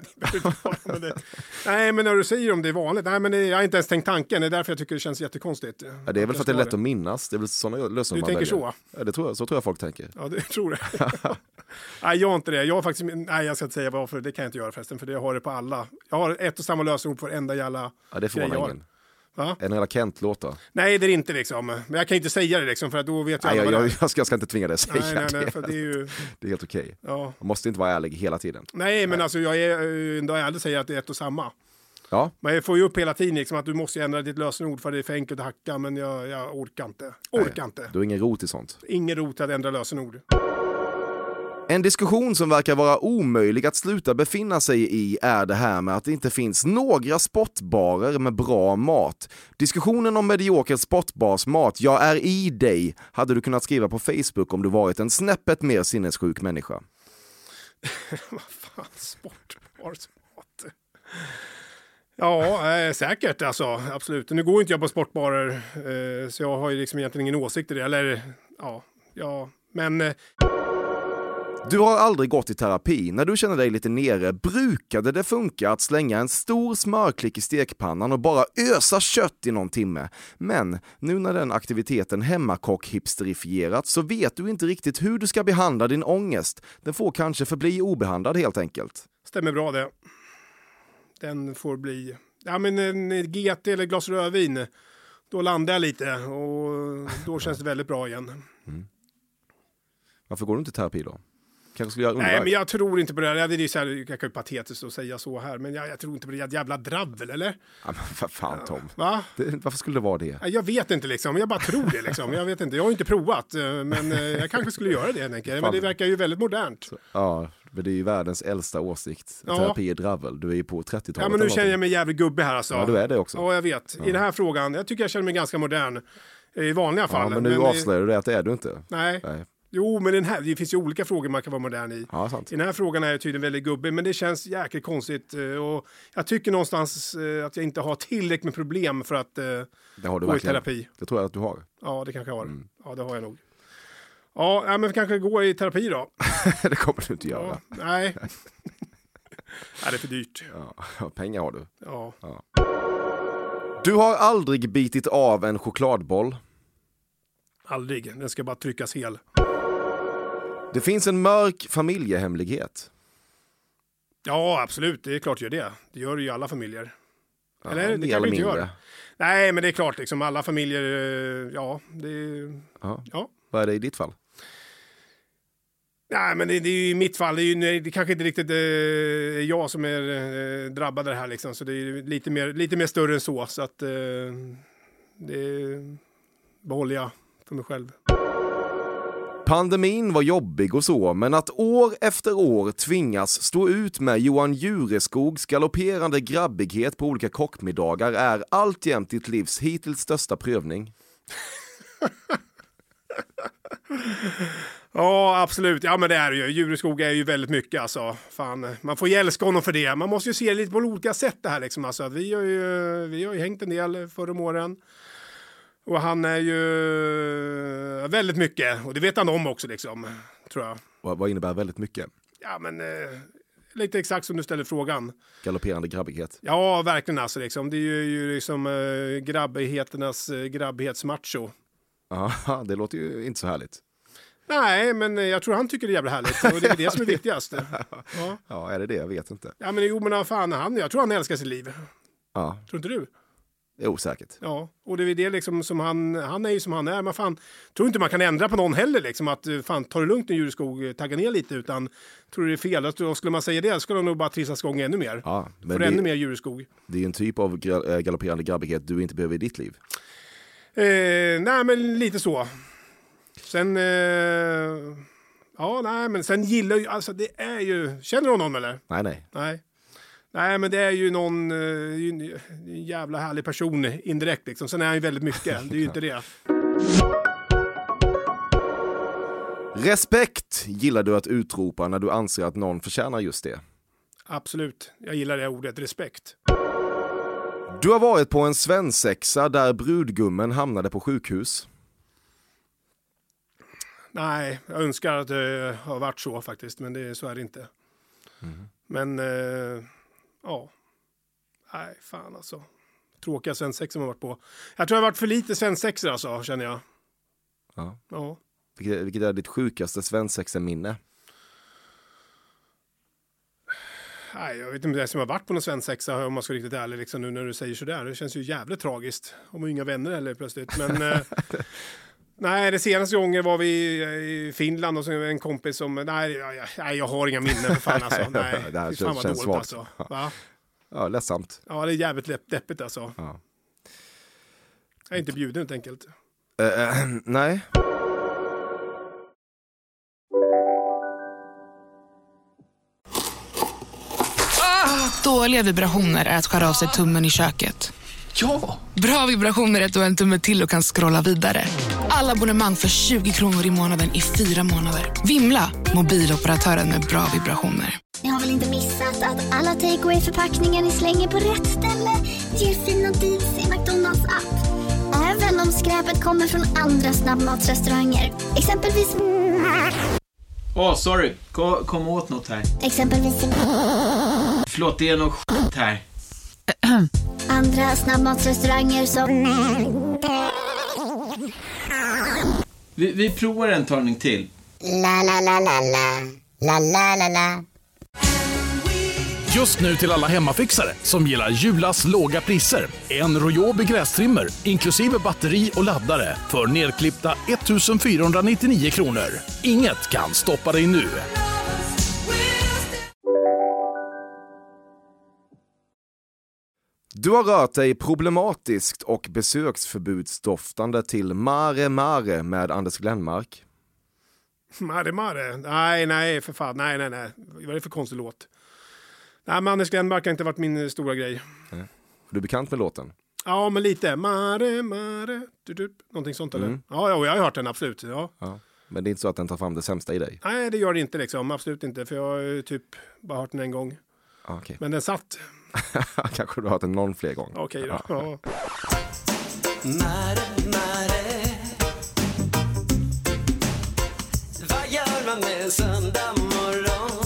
nej, men när du säger om det är vanligt. Nej, men jag har inte ens tänkt tanken. Det är därför jag tycker det känns jättekonstigt. Ja, det är väl för att det är lätt att minnas. Det är väl sådana lösningar man tänker väljer. Så? Ja, det tror jag. Så tror jag folk tänker. Ja, det tror jag. Nej, jag har inte det. Jag har faktiskt, nej, jag ska inte säga varför. Det kan jag inte göra förresten, för det har det på alla. Jag har ett och samma lösenord för enda jävla ja, det får man ingen. Va? En hela Kent-låta. Nej, det är inte liksom. Men jag kan inte säga det liksom, för att då vet jag nej, vad det är. Jag ska inte tvinga dig att säga nej, för det är ju... Det är helt okej. Ja. Man måste inte vara ärlig hela tiden. Nej, men alltså jag är ändå ärlig att säga att det är ett och samma. Ja. Men jag får ju upp hela tiden liksom, att du måste ändra ditt lösenord för det är för enkelt att hacka, men jag orkar inte. Inte. Du har ingen rot i sånt. Ingen rot att ändra lösenord. En diskussion som verkar vara omöjlig att sluta befinna sig i är det här med att det inte finns några sportbarer med bra mat. Diskussionen om medioker sportbarsmat, jag är i dig, hade du kunnat skriva på Facebook om du varit en snäppet mer sinnessjuk människa. Vad fan, sportbarsmat? Ja, säkert alltså, absolut. Nu går inte jag på sportbarer, så jag har ju liksom egentligen ingen åsikt i det. Eller, ja, men... Du har aldrig gått i terapi. När du känner dig lite nere brukade det funka att slänga en stor smörklick i stekpannan och bara ösa kött i någon timme. Men nu när den aktiviteten hemmakock-hipsterifierats så vet du inte riktigt hur du ska behandla din ångest. Den får kanske förbli obehandlad helt enkelt. Stämmer bra det. Den får bli... Ja, men en GT eller glas rödvin, då landar jag lite och då känns det väldigt bra igen. Mm. Varför går du inte i terapi då? Kanske skulle jag Nej, men jag tror inte på det här. Det är ju så här, kanske patetiskt att säga så här, men jag tror inte på det jävla dravel, eller? Ja, men vad fan, Tom. Va? Varför skulle det vara det? Jag vet inte liksom, jag bara tror det liksom. Jag vet inte, jag har inte provat, men jag kanske skulle göra det, tänker jag. Men det verkar ju väldigt modernt. Så, ja, men det är ju världens äldsta åsikt. Terapi är dravel. Du är ju på 30-talet. Ja, men nu känner jag mig jävligt gubbe här alltså. Ja, du är det också. Ja, jag vet. I den här frågan, jag tycker jag känner mig ganska modern. I vanliga fall. Ja, men nu avslöjar du det att det är du inte. Nej. Jo, men det finns ju olika frågor man kan vara modern i. Ja, sant. I den här frågan är jag tydligen väldigt gubbig, men det känns jäkligt konstigt. Och jag tycker någonstans att jag inte har tillräckligt med problem för att Det har du gå i verkligen. terapi. Det tror jag att du har. Ja, det kanske jag har. Ja, det har jag nog. Ja, men vi kanske går i terapi då. Det kommer du inte göra. Ja, nej. Ja, det är för dyrt. Ja, pengar har du. Ja. Du har aldrig bitit av en chokladboll. Aldrig. Den ska bara tryckas hel. Det finns en mörk familjehemlighet. Ja, absolut. Det är klart gör det. Det gör ju alla familjer. Eller det mer kanske eller inte mindre. gör. Nej, men det är klart. Liksom, alla familjer, ja. Ja. Vad är det i ditt fall? Nej, men det är ju i mitt fall. Det kanske inte riktigt jag som är drabbad det här. Liksom, så det är lite mer större än så. Så att det behåller jag för mig själv. Pandemin var jobbig och så, men att år efter år tvingas stå ut med Johan Jureskogs galopperande grabbighet på olika kockmiddagar är alltjämt ditt livs hittills största prövning. Ja, absolut. Ja, men det är det ju. Jureskog är ju väldigt mycket. Alltså. Fan, man får ju älska honom för det. Man måste ju se lite på olika sätt det här. Liksom. Alltså, vi har ju hängt en del förra åren. Och han är ju väldigt mycket. Och det vet han om också, liksom, tror jag. Vad innebär väldigt mycket? Ja, men lite exakt som du ställer frågan. Galopperande grabbighet. Ja, verkligen. Alltså, liksom. Det är ju liksom grabbigheternas grabbhetsmacho. Ja, det låter ju inte så härligt. Nej, men jag tror han tycker det är jävla härligt. Och det är det som är viktigast. Ja, är det det? Jag vet inte. Ja, men fan, jag tror han älskar sitt liv. Ja. Tror inte du? Jo, säkert. Ja, och det är det liksom som han är ju som han är. Men fan, tror inte man kan ändra på någon heller liksom. Att fan, ta det lugnt nu Jureskog, tagga ner lite. Utan tror du det är fel? Då skulle man säga det, skulle de nog bara trissas igång ännu mer. Ja, men för ännu mer Jureskog. Det är en typ av galopperande grabbighet du inte behöver i ditt liv. Nej, men lite så. Sen, sen gillar ju, alltså det är ju, känner du honom eller? Nej. Nej, men det är ju någon en jävla härlig person indirekt liksom. Sen är han ju väldigt mycket, det är ju inte det. Respekt gillar du att utropa när du anser att någon förtjänar just det. Absolut, jag gillar det ordet, respekt. Du har varit på en svensexa där brudgummen hamnade på sjukhus. Nej, jag önskar att det har varit så faktiskt, men så är det inte. Men, ja. Nej, fan alltså. Tråkiga svensexor man har varit på. Jag tror jag har varit för lite svensexor alltså, känner jag. Ja. Vilket är ditt sjukaste svensexa-minne? Nej, jag vet inte det som har varit på någon svensexa om man ska riktigt ärlig liksom, nu när du säger sådär. Det känns ju jävligt tragiskt. Om man inga vänner eller plötsligt. Men nej, det senaste gången var vi i Finland och så en kompis som nej, jag har inga minnen för fan alltså. Nej, det här fan vad känns dåligt svagt. alltså. Va? Ja, ledsamt. Ja, det är jävligt deppigt alltså. Ja. Jag är inte bjuden helt enkelt. Nej. Dåliga vibrationer är att skära av sig tummen i köket. Ja! Bra vibrationer är att du har en tumme till och kan scrolla vidare. Alla abonnemang för 20 kronor i månaden i 4 månader. Vimla! Mobiloperatören med bra vibrationer. Ni har väl inte missat att alla takeaway förpackningar ni slänger på rätt ställe ger fina deals i McDonalds app. Även om skräpet kommer från andra snabbmatsrestauranger. Exempelvis... Sorry. Kom åt något här. Exempelvis... Förlåt, det är något skit här. Andra snabbmatsrestauranger som... Vi provar en talning till. La la la la la. La la la la. Just nu till alla hemmafixare som gillar Julas låga priser. En Royobi grästrimmer inklusive batteri och laddare för nedklippta 1499 kronor. Inget kan stoppa dig nu. Du har rört dig problematiskt och besöksförbudsdoftande till Mare Mare med Anders Glenmark. Mare? Nej, för fan. Nej. Vad är det för konstig låt? Nej, men Anders Glenmark har inte varit min stora grej. Du är bekant med låten? Ja, men lite. Mare. Någonting sånt eller? Ja, jag har hört den absolut. Ja. Men det är inte så att den tar fram det sämsta i dig? Nej, det gör det inte liksom. Absolut inte. För jag har ju typ bara hört den en gång. Okay. Men den satt. Kanske du har hört den någon fler gånger. Okej då. Ja. Vad gör man med söndag morgon?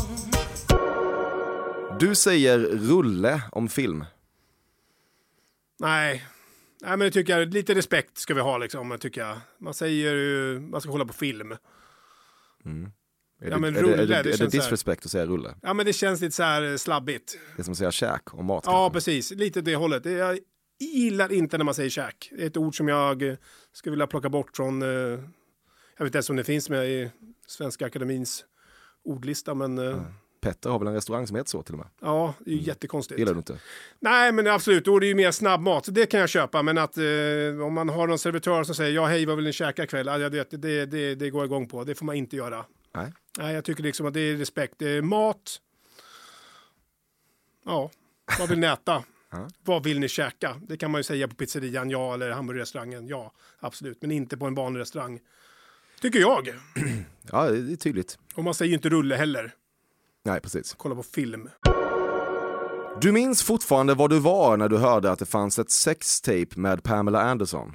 Du säger rulle om film. Nej, men det tycker jag, lite respekt ska vi ha liksom, tycker jag. Man säger ju, man ska hålla på film. Mm. Är det disrespect att säga rulle? Ja, men det känns lite så här slabbigt. Det är som att säga käk och mat. Ja, kanske. precis. Lite det hållet. Jag gillar inte när man säger käk. Det är ett ord som jag skulle vilja plocka bort från, jag vet inte ens om det finns med i Svenska Akademins ordlista, men... Petter har väl en restaurang som heter så till och med. Ja, det är ju jättekonstigt. Gillar du inte? Nej, men absolut. Då är det ju mer snabbmat. Så det kan jag köpa. Men att om man har någon servitör som säger ja, hej, vad vill ni käka ikväll? Ja, det går igång på. Det får man inte göra. Nej, jag tycker liksom att det är respekt. Det är mat. Ja, vad vill ni äta? Vad vill ni käka? Det kan man ju säga på pizzerian, ja, eller hamburgerrestaurangen, ja, absolut. Men inte på en vanlig restaurang. Tycker jag. Ja, det är tydligt. Och man säger ju inte rulle heller. Nej, precis. Kolla på film. Du minns fortfarande vad du var när du hörde att det fanns ett sextape med Pamela Anderson?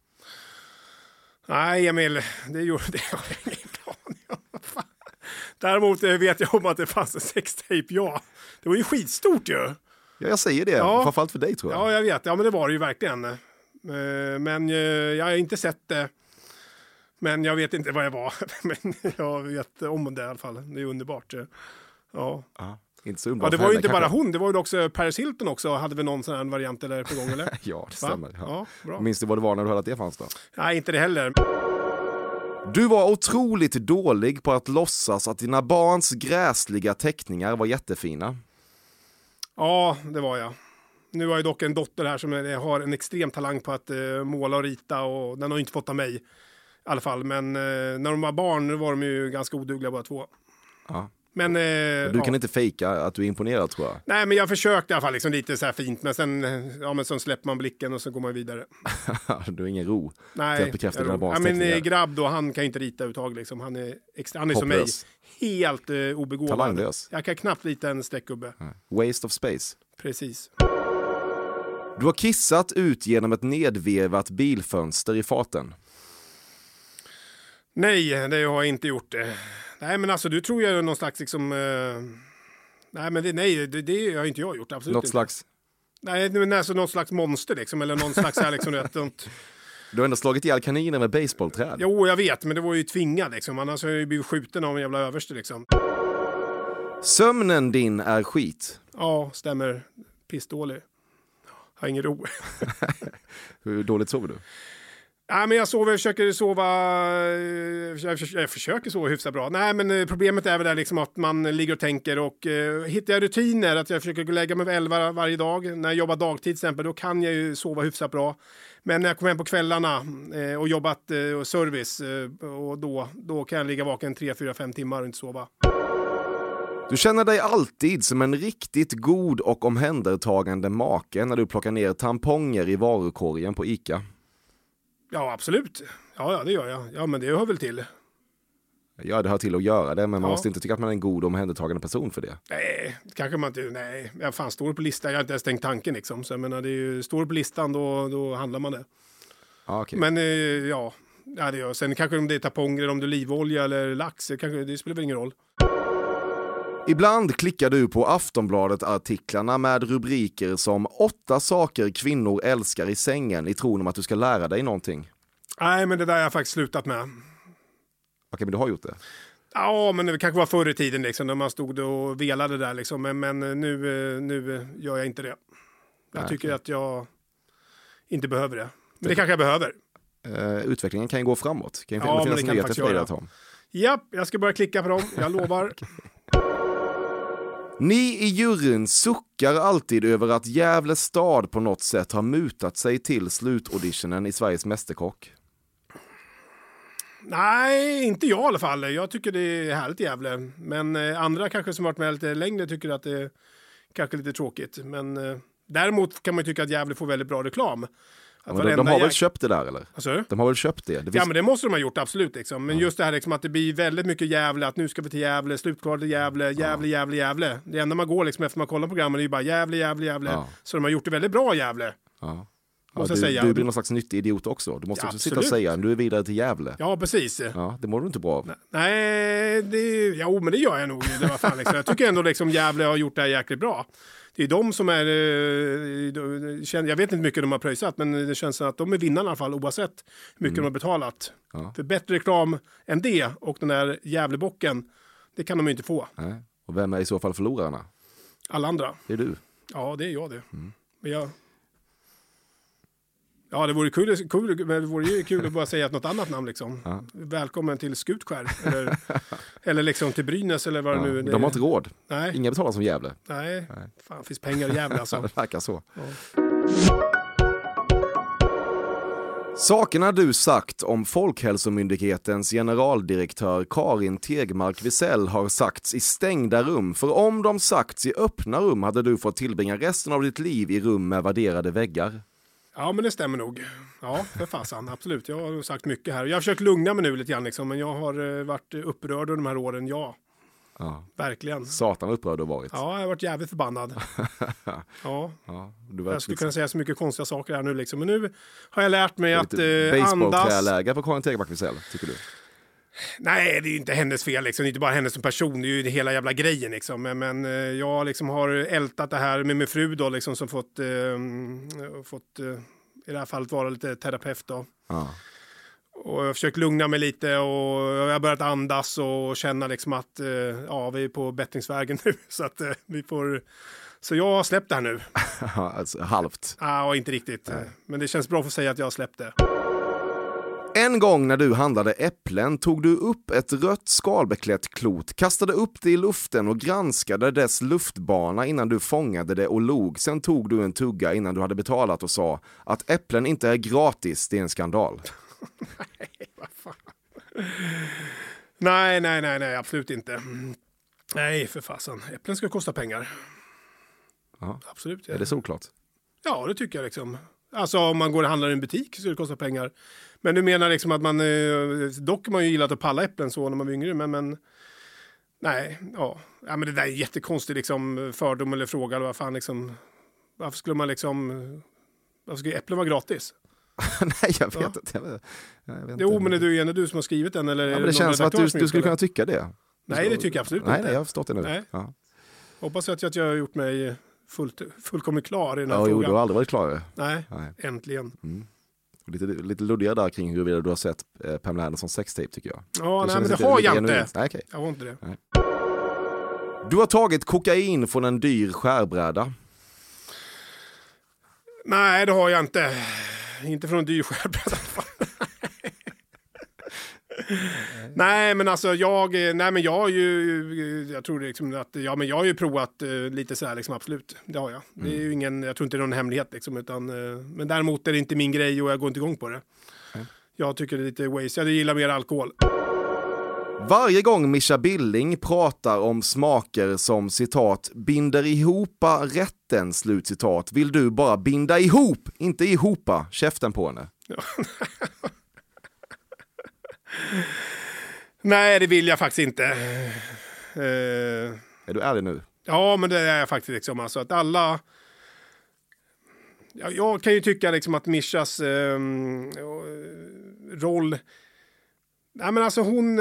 Nej, Emil, det gjorde det. Jag har ingen aning om. Däremot vet jag om att det fanns en sextape, ja. Det var ju skitstort ju. Ja, jag säger det. Ja. Framförallt för dig, tror jag. Ja, jag vet. Ja, men det var det ju verkligen. Men jag har inte sett det. Men jag vet inte vad jag var. Men jag vet om det i alla fall. Det är underbart. Ja. Inte så underbart. Ja, det var ju inte bara hon. Det var ju också Paris Hilton också. Hade vi någon sån här variant eller på gång, eller? Ja, det stämmer. Ja, bra. Minns du vad det var när du hörde att det fanns då? Nej, inte det heller. Du var otroligt dålig på att låtsas att dina barns gräsliga teckningar var jättefina. Ja, det var jag. Nu har jag dock en dotter här som har en extrem talang på att måla och rita, och den har inte fått av mig i alla fall. Men när de var barn var de ju ganska odugliga bara två. Ja. Men, du kan inte fejka att du är imponerad, tror jag. Nej, men jag försökte i alla fall liksom lite så här fint. Men sen släpper man blicken och så går man vidare. Du har ingen ro. Nej, till att bekräfta dina barns teckningar. Men grabb då, han kan inte rita uttag liksom. Han är som mig helt obegåvad. Talanglös. Jag kan knappt rita en streckgubbe. Waste of space. Precis. Du har kissat ut genom ett nedvevat bilfönster i farten. Nej, det har jag inte gjort. Nej, men alltså du tror jag någon slags liksom... nej, men det har inte jag gjort, absolut något inte. Slags? Nej, men alltså någon slags monster liksom, eller någon slags här liksom... Du har ändå slagit ihjäl kaniner med baseballträd. Jo, jag vet, men det var ju tvingad liksom. Annars har jag ju blivit skjuten av en jävla överste liksom. Sömnen din är skit. Ja, stämmer. Pissdålig. Har ingen ro. Hur dåligt sover du? Ja, men jag försöker sova hyfsat bra. Nej, men problemet är väl där liksom att man ligger och tänker, och hittar jag rutiner att jag försöker lägga mig vid 11 varje dag. När jag jobbar dagtid till exempel, då kan jag ju sova hyfsat bra. Men när jag kommer hem på kvällarna och jobbat service, och då kan jag ligga vaken 3, 4, 5 timmar och inte sova. Du känner dig alltid som en riktigt god och omhändertagande make när du plockar ner tamponger i varukorgen på ICA. Ja, absolut. Ja, det gör jag. Ja, men det hör väl till. Ja, det hör till att göra det, men man måste inte tycka att man är en god och omhändertagande person för det. Nej, kanske man inte. Nej, jag fan står det på listan. Jag har inte ens tänkt tanken liksom. Så jag menar, står det på listan, då handlar man det. Okay. Men ja, det gör. Sen kanske om det är tamponger, om det är olivolja eller lax, det spelar väl ingen roll. Ibland klickar du på Aftonbladet-artiklarna med rubriker som 8 saker kvinnor älskar i sängen i tron om att du ska lära dig någonting. Nej, men det där har jag faktiskt slutat med. Okej, men du har gjort det? Ja, men det kanske var förr i tiden liksom, när man stod och velade där liksom. Men nu gör jag inte det. Jag tycker att jag inte behöver det. Men det kanske jag behöver. Utvecklingen kan ju gå framåt. Kan ju finnas nyheter för dig att ha. Japp, jag ska börja klicka på dem. Jag lovar. Ni i juryn suckar alltid över att Gävle stad på något sätt har mutat sig till slutauditionen i Sveriges Mästerkock. Nej, inte jag i alla fall. Jag tycker det är härligt i Gävle. Men andra kanske som varit med lite längre tycker att det är kanske lite tråkigt. Men däremot kan man tycka att Gävle får väldigt bra reklam. De har väl köpt det där eller? Alltså? De har väl köpt det? Ja men det måste de ha gjort absolut liksom. Men just det här liksom, att det blir väldigt mycket Gävle, att nu ska vi till Gävle, slutkvalet i Gävle. Det enda man går liksom efter man kollar programmen är ju bara Gävle. Ja. Så de har gjort det väldigt bra Gävle. Ja. Du blir någon slags nyttig idiot också. Du måste också sitta och säga du är vidare till Gävle. Ja, precis. Ja, det mår du inte bra av. Nej, men det gör jag nog. Det var fan, liksom. Jag tycker ändå liksom Gävle har gjort det här jäkligt bra. Det är de som är... jag vet inte mycket de har pröjsat, men det känns som att de är vinnarna i alla fall, oavsett hur mycket de har betalat. Ja. För bättre reklam än det och den där Gävlebocken, det kan de ju inte få. Nej. Och vem är i så fall förlorarna? Alla andra. Det är du? Ja, det är jag det. Men ja, det vore kul att bara säga något annat namn liksom. Ja. Välkommen till Skutskär eller liksom till Brynäs eller vad det nu är. De har inte råd. Nej. Inga betalar som Gävle. Nej. Fan, finns pengar i Gävle alltså. Det verkar så. Ja. Sakerna du sagt om Folkhälsomyndighetens generaldirektör Karin Tegmark Wisell har sagts i stängda rum. För om de sagts i öppna rum hade du fått tillbringa resten av ditt liv i rum med värderade väggar. Ja, men det stämmer nog. Ja, för fasen, absolut. Jag har sagt mycket här. Jag har försökt lugna mig nu lite grann liksom, men jag har varit upprörd under de här åren, ja. Verkligen. Satan upprörd har varit. Ja, jag har varit jävligt förbannad. Ja. Jag skulle kunna säga så mycket konstiga saker här nu liksom, men nu har jag lärt mig att baseballträläge på Karin Tegmark Wisell, tycker du? Nej, det är ju inte hennes fel liksom. Det är inte bara hennes som person, det är ju hela jävla grejen liksom. Men jag liksom har ältat det här med min fru då liksom, som fått i det här fallet vara lite terapeut då. Och jag har försökt lugna mig lite och jag har börjat andas och känna liksom att vi är på bättringsvägen nu, så att vi får... Så jag har släppt det här nu. Alltså, halvt. Ja, inte riktigt. Men det känns bra för att säga att jag har släppt det. En gång när du handlade äpplen tog du upp ett rött skalbeklätt klot, kastade upp det i luften och granskade dess luftbana innan du fångade det och log. Sen tog du en tugga innan du hade betalat och sa att äpplen inte är gratis, det är en skandal. Nej, vad fan. Nej, absolut inte. Nej, för fasen. Äpplen ska kosta pengar. Aha. Absolut. Ja. Är det såklart? Ja, det tycker jag liksom. Alltså om man går och handlar i en butik så det kostar pengar. Men du menar liksom att man, dock man ju gillat att palla äpplen så när man var yngre, men nej, men det där är jättekonstigt liksom fördom eller fråga eller vad fan liksom, varför skulle äpplen vara gratis? Nej, jag vet inte. Jo, men är det du som har skrivit den? Eller men det känns som att du skulle kunna tycka det. Nej, det tycker jag absolut inte. Nej, jag har förstått det nu. Nej. Ja. Hoppas att jag har gjort mig fullkomligt klar i den här frågan. Jo, du har aldrig varit klar. Nej. Äntligen. Lite luddigare där kring huruvida du har sett Pamela Andersons sextape, tycker jag. Ja, men det har jag inte. Nej, okay. Jag har inte det. Nej. Du har tagit kokain från en dyr skärbräda. Nej, det har jag inte. Inte från en dyr skärbräda. Nej, men alltså jag har ju, jag tror liksom att, men jag har ju provat lite så här liksom, absolut, det har jag. Det är ju jag tror inte det är någon hemlighet liksom, utan, men däremot är det inte min grej och jag går inte igång på det. Jag tycker det är lite waste, jag gillar mer alkohol. Varje gång Mischa Billing pratar om smaker som citat binder ihopa rätten, slutcitat, vill du bara binda ihop, inte ihopa käften på henne. Ja. Nej, det vill jag faktiskt inte. Är du ärlig nu? Ja, men det är jag faktiskt liksom, alltså att alla... Jag kan ju tycka liksom att Mischas roll... Nej, men alltså hon...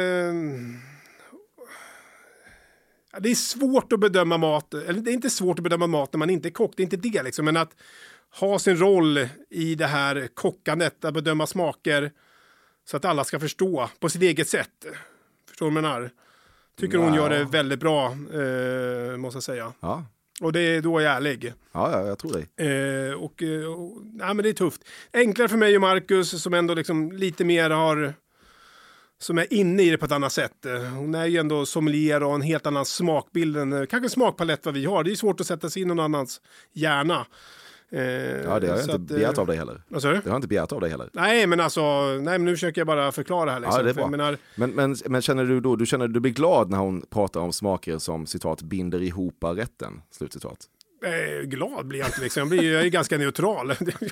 det är svårt att bedöma mat, eller det är inte svårt att bedöma mat när man inte är kock, det är inte det liksom, men att ha sin roll i det här kockandet, att bedöma smaker så att alla ska förstå på sitt eget sätt. Förstår du vad jag menar? Tycker hon gör det väldigt bra, måste jag säga. Ja. Och det är då jag är ärlig. Ja, jag tror det. Nej, men det är tufft. Enklare för mig och Marcus som ändå liksom lite mer har... Som är inne i det på ett annat sätt. Hon är ju ändå sommelier och en helt annan smakbild än kanske smakpalett vad vi har. Det är svårt att sätta sig in någon annans hjärna. Ja, det har jag inte begärt av dig heller. Vad sa du? Det har jag inte begärt av dig heller. Nej, men nu försöker jag bara förklara här. Liksom. Ja, det är bra. Men känner du då, du blir glad när hon pratar om smaker som citat binder ihop rätten, slutcitat? Glad blir jag inte liksom. Jag är ganska neutral.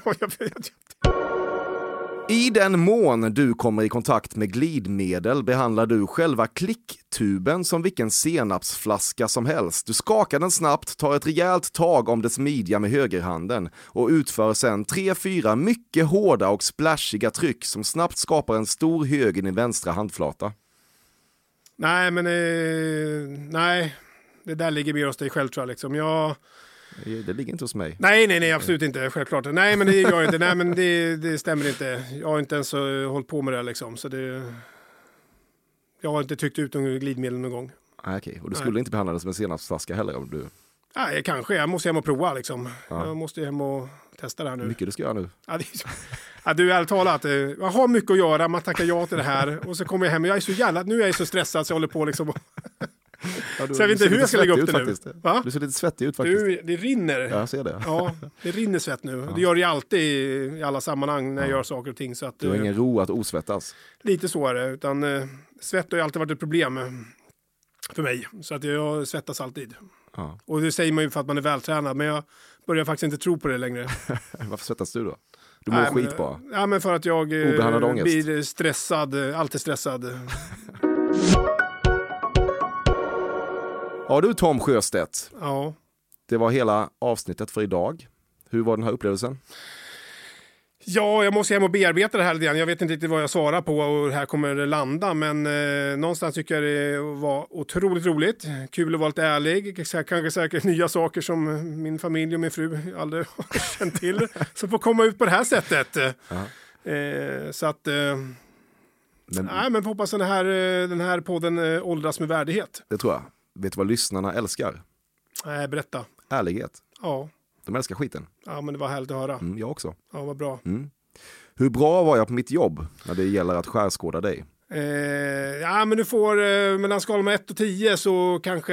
I den mån du kommer i kontakt med glidmedel behandlar du själva klicktuben som vilken senapsflaska som helst. Du skakar den snabbt, tar ett rejält tag om dess midja med högerhanden och utför sen 3-4 mycket hårda och splashiga tryck som snabbt skapar en stor hög i din vänstra handflata. Nej, men nej. Det där ligger mer hos dig själv tror jag liksom. Det ligger inte hos mig. Nej, absolut inte. Självklart. Nej, men det gör jag inte. Nej, men det stämmer inte. Jag har inte ens hållit på med det liksom. Så jag har inte tryckt ut någon glidmedel någon gång. Okej. Och du skulle inte behandla det som en senapsflaska heller om du... Nej, kanske. Jag måste hem och prova liksom. Ja. Jag måste hem och testa det här nu. Mycket du ska göra nu. Du är ärligt talat. Jag har mycket att göra. Man tackar ja till det här. Och så kommer jag hem. Jag är så jävla... Nu är jag så stressad så jag håller på liksom... Ja, så jag vet inte hur jag ska lägga upp det nu. Va? Du ser lite svettig ut faktiskt. Det rinner. Ja, jag ser det. Ja, det rinner svett nu. Ja. Det gör det alltid i alla sammanhang när jag gör saker och ting. Så att, du har ingen ro att osvettas. Lite så är det. Utan svett har ju alltid varit ett problem för mig. Så att jag svettas alltid. Ja. Och det säger man ju för att man är vältränad. Men jag börjar faktiskt inte tro på det längre. Varför svettas du då? Du mår skit bara. Ja, men för att jag blir stressad. Alltid stressad. Ja du Tom Sjöstedt. Ja. Det var hela avsnittet för idag. Hur var den här upplevelsen? Ja, jag måste hem och bearbeta det här lite grann. Jag vet inte riktigt vad jag svarar på och här kommer det landa. Men någonstans tycker jag det var otroligt roligt. Kul att vara lite ärlig. Kanske säkert nya saker som min familj och min fru aldrig har känt till. Så får komma ut på det här sättet. Så att... men hoppas den här podden åldras med värdighet. Det tror jag. Vet du vad lyssnarna älskar? Nej, berätta. Ärlighet. Ja. De älskar skiten. Ja, men det var härligt att höra. Jag också. Ja, vad bra. Hur bra var jag på mitt jobb när det gäller att skärskåda dig? Ja, men du får mellan skalan 1 och 10 så kanske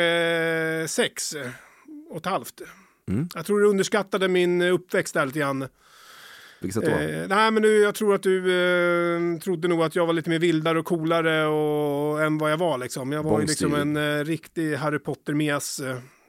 6,5. Jag tror du underskattade min uppväxt där lite grann. Vilket sätt då? Nej, men jag tror att du trodde nog att jag var lite mer vildare och coolare än vad jag var. Liksom. Jag var ju liksom en riktig Harry Potter-mes.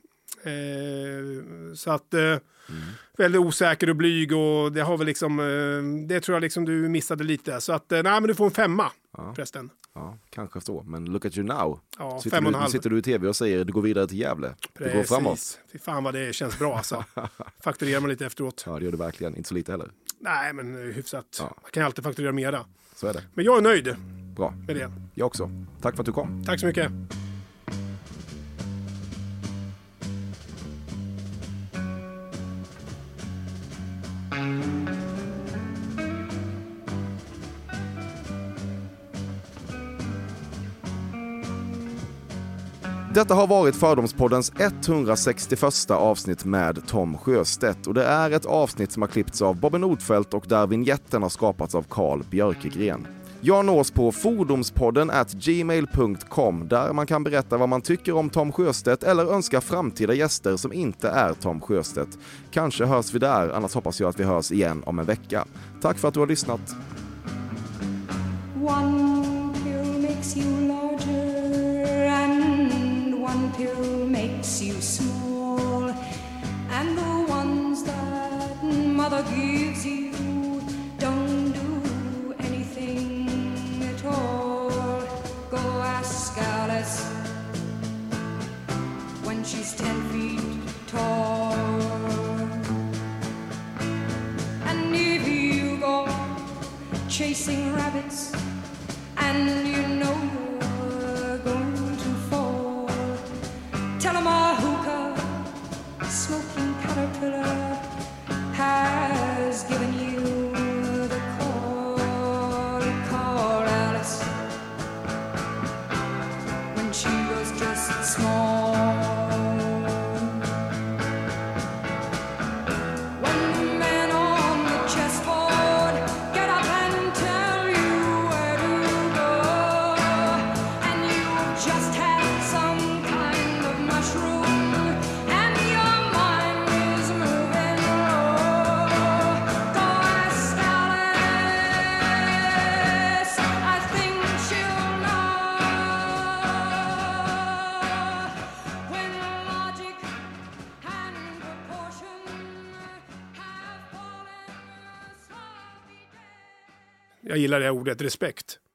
Så att väldigt osäker och blyg och det har väl liksom, det tror jag liksom du missade lite. Så att, nej men du får en 5 förresten. Ja, kanske så. Men look at you now. Ja, sitter du i tv och säger du går vidare till Gävle. Precis. Du går framåt. Fy fan vad det känns bra alltså. Fakturerar man lite efteråt. Ja, det gör du verkligen. Inte så lite heller. Nej, men hyfsat. Ja. Man kan alltid fakturera mera. Så är det. Men jag är nöjd. Bra. Med det. Jag också. Tack för att du kom. Tack så mycket. Detta har varit Fördomspoddens 161 avsnitt med Tom Sjöstedt och det är ett avsnitt som har klippts av Bobby Nordfeldt och där vignetten har skapats av Carl Björkegren. Jag nås på fordomspodden@gmail.com där man kan berätta vad man tycker om Tom Sjöstedt eller önska framtida gäster som inte är Tom Sjöstedt. Kanske hörs vi där, annars hoppas jag att vi hörs igen om en vecka. Tack för att du har lyssnat. One pill makes you larger and one pill makes you small and the ones that mother gives you don't do anything at all. Go ask Alice when she's 10 feet tall. And if you go chasing rabbits and you know you're going to fall, tell 'em a hookah smoking caterpillar has given you Jag gillar det ordet, respekt.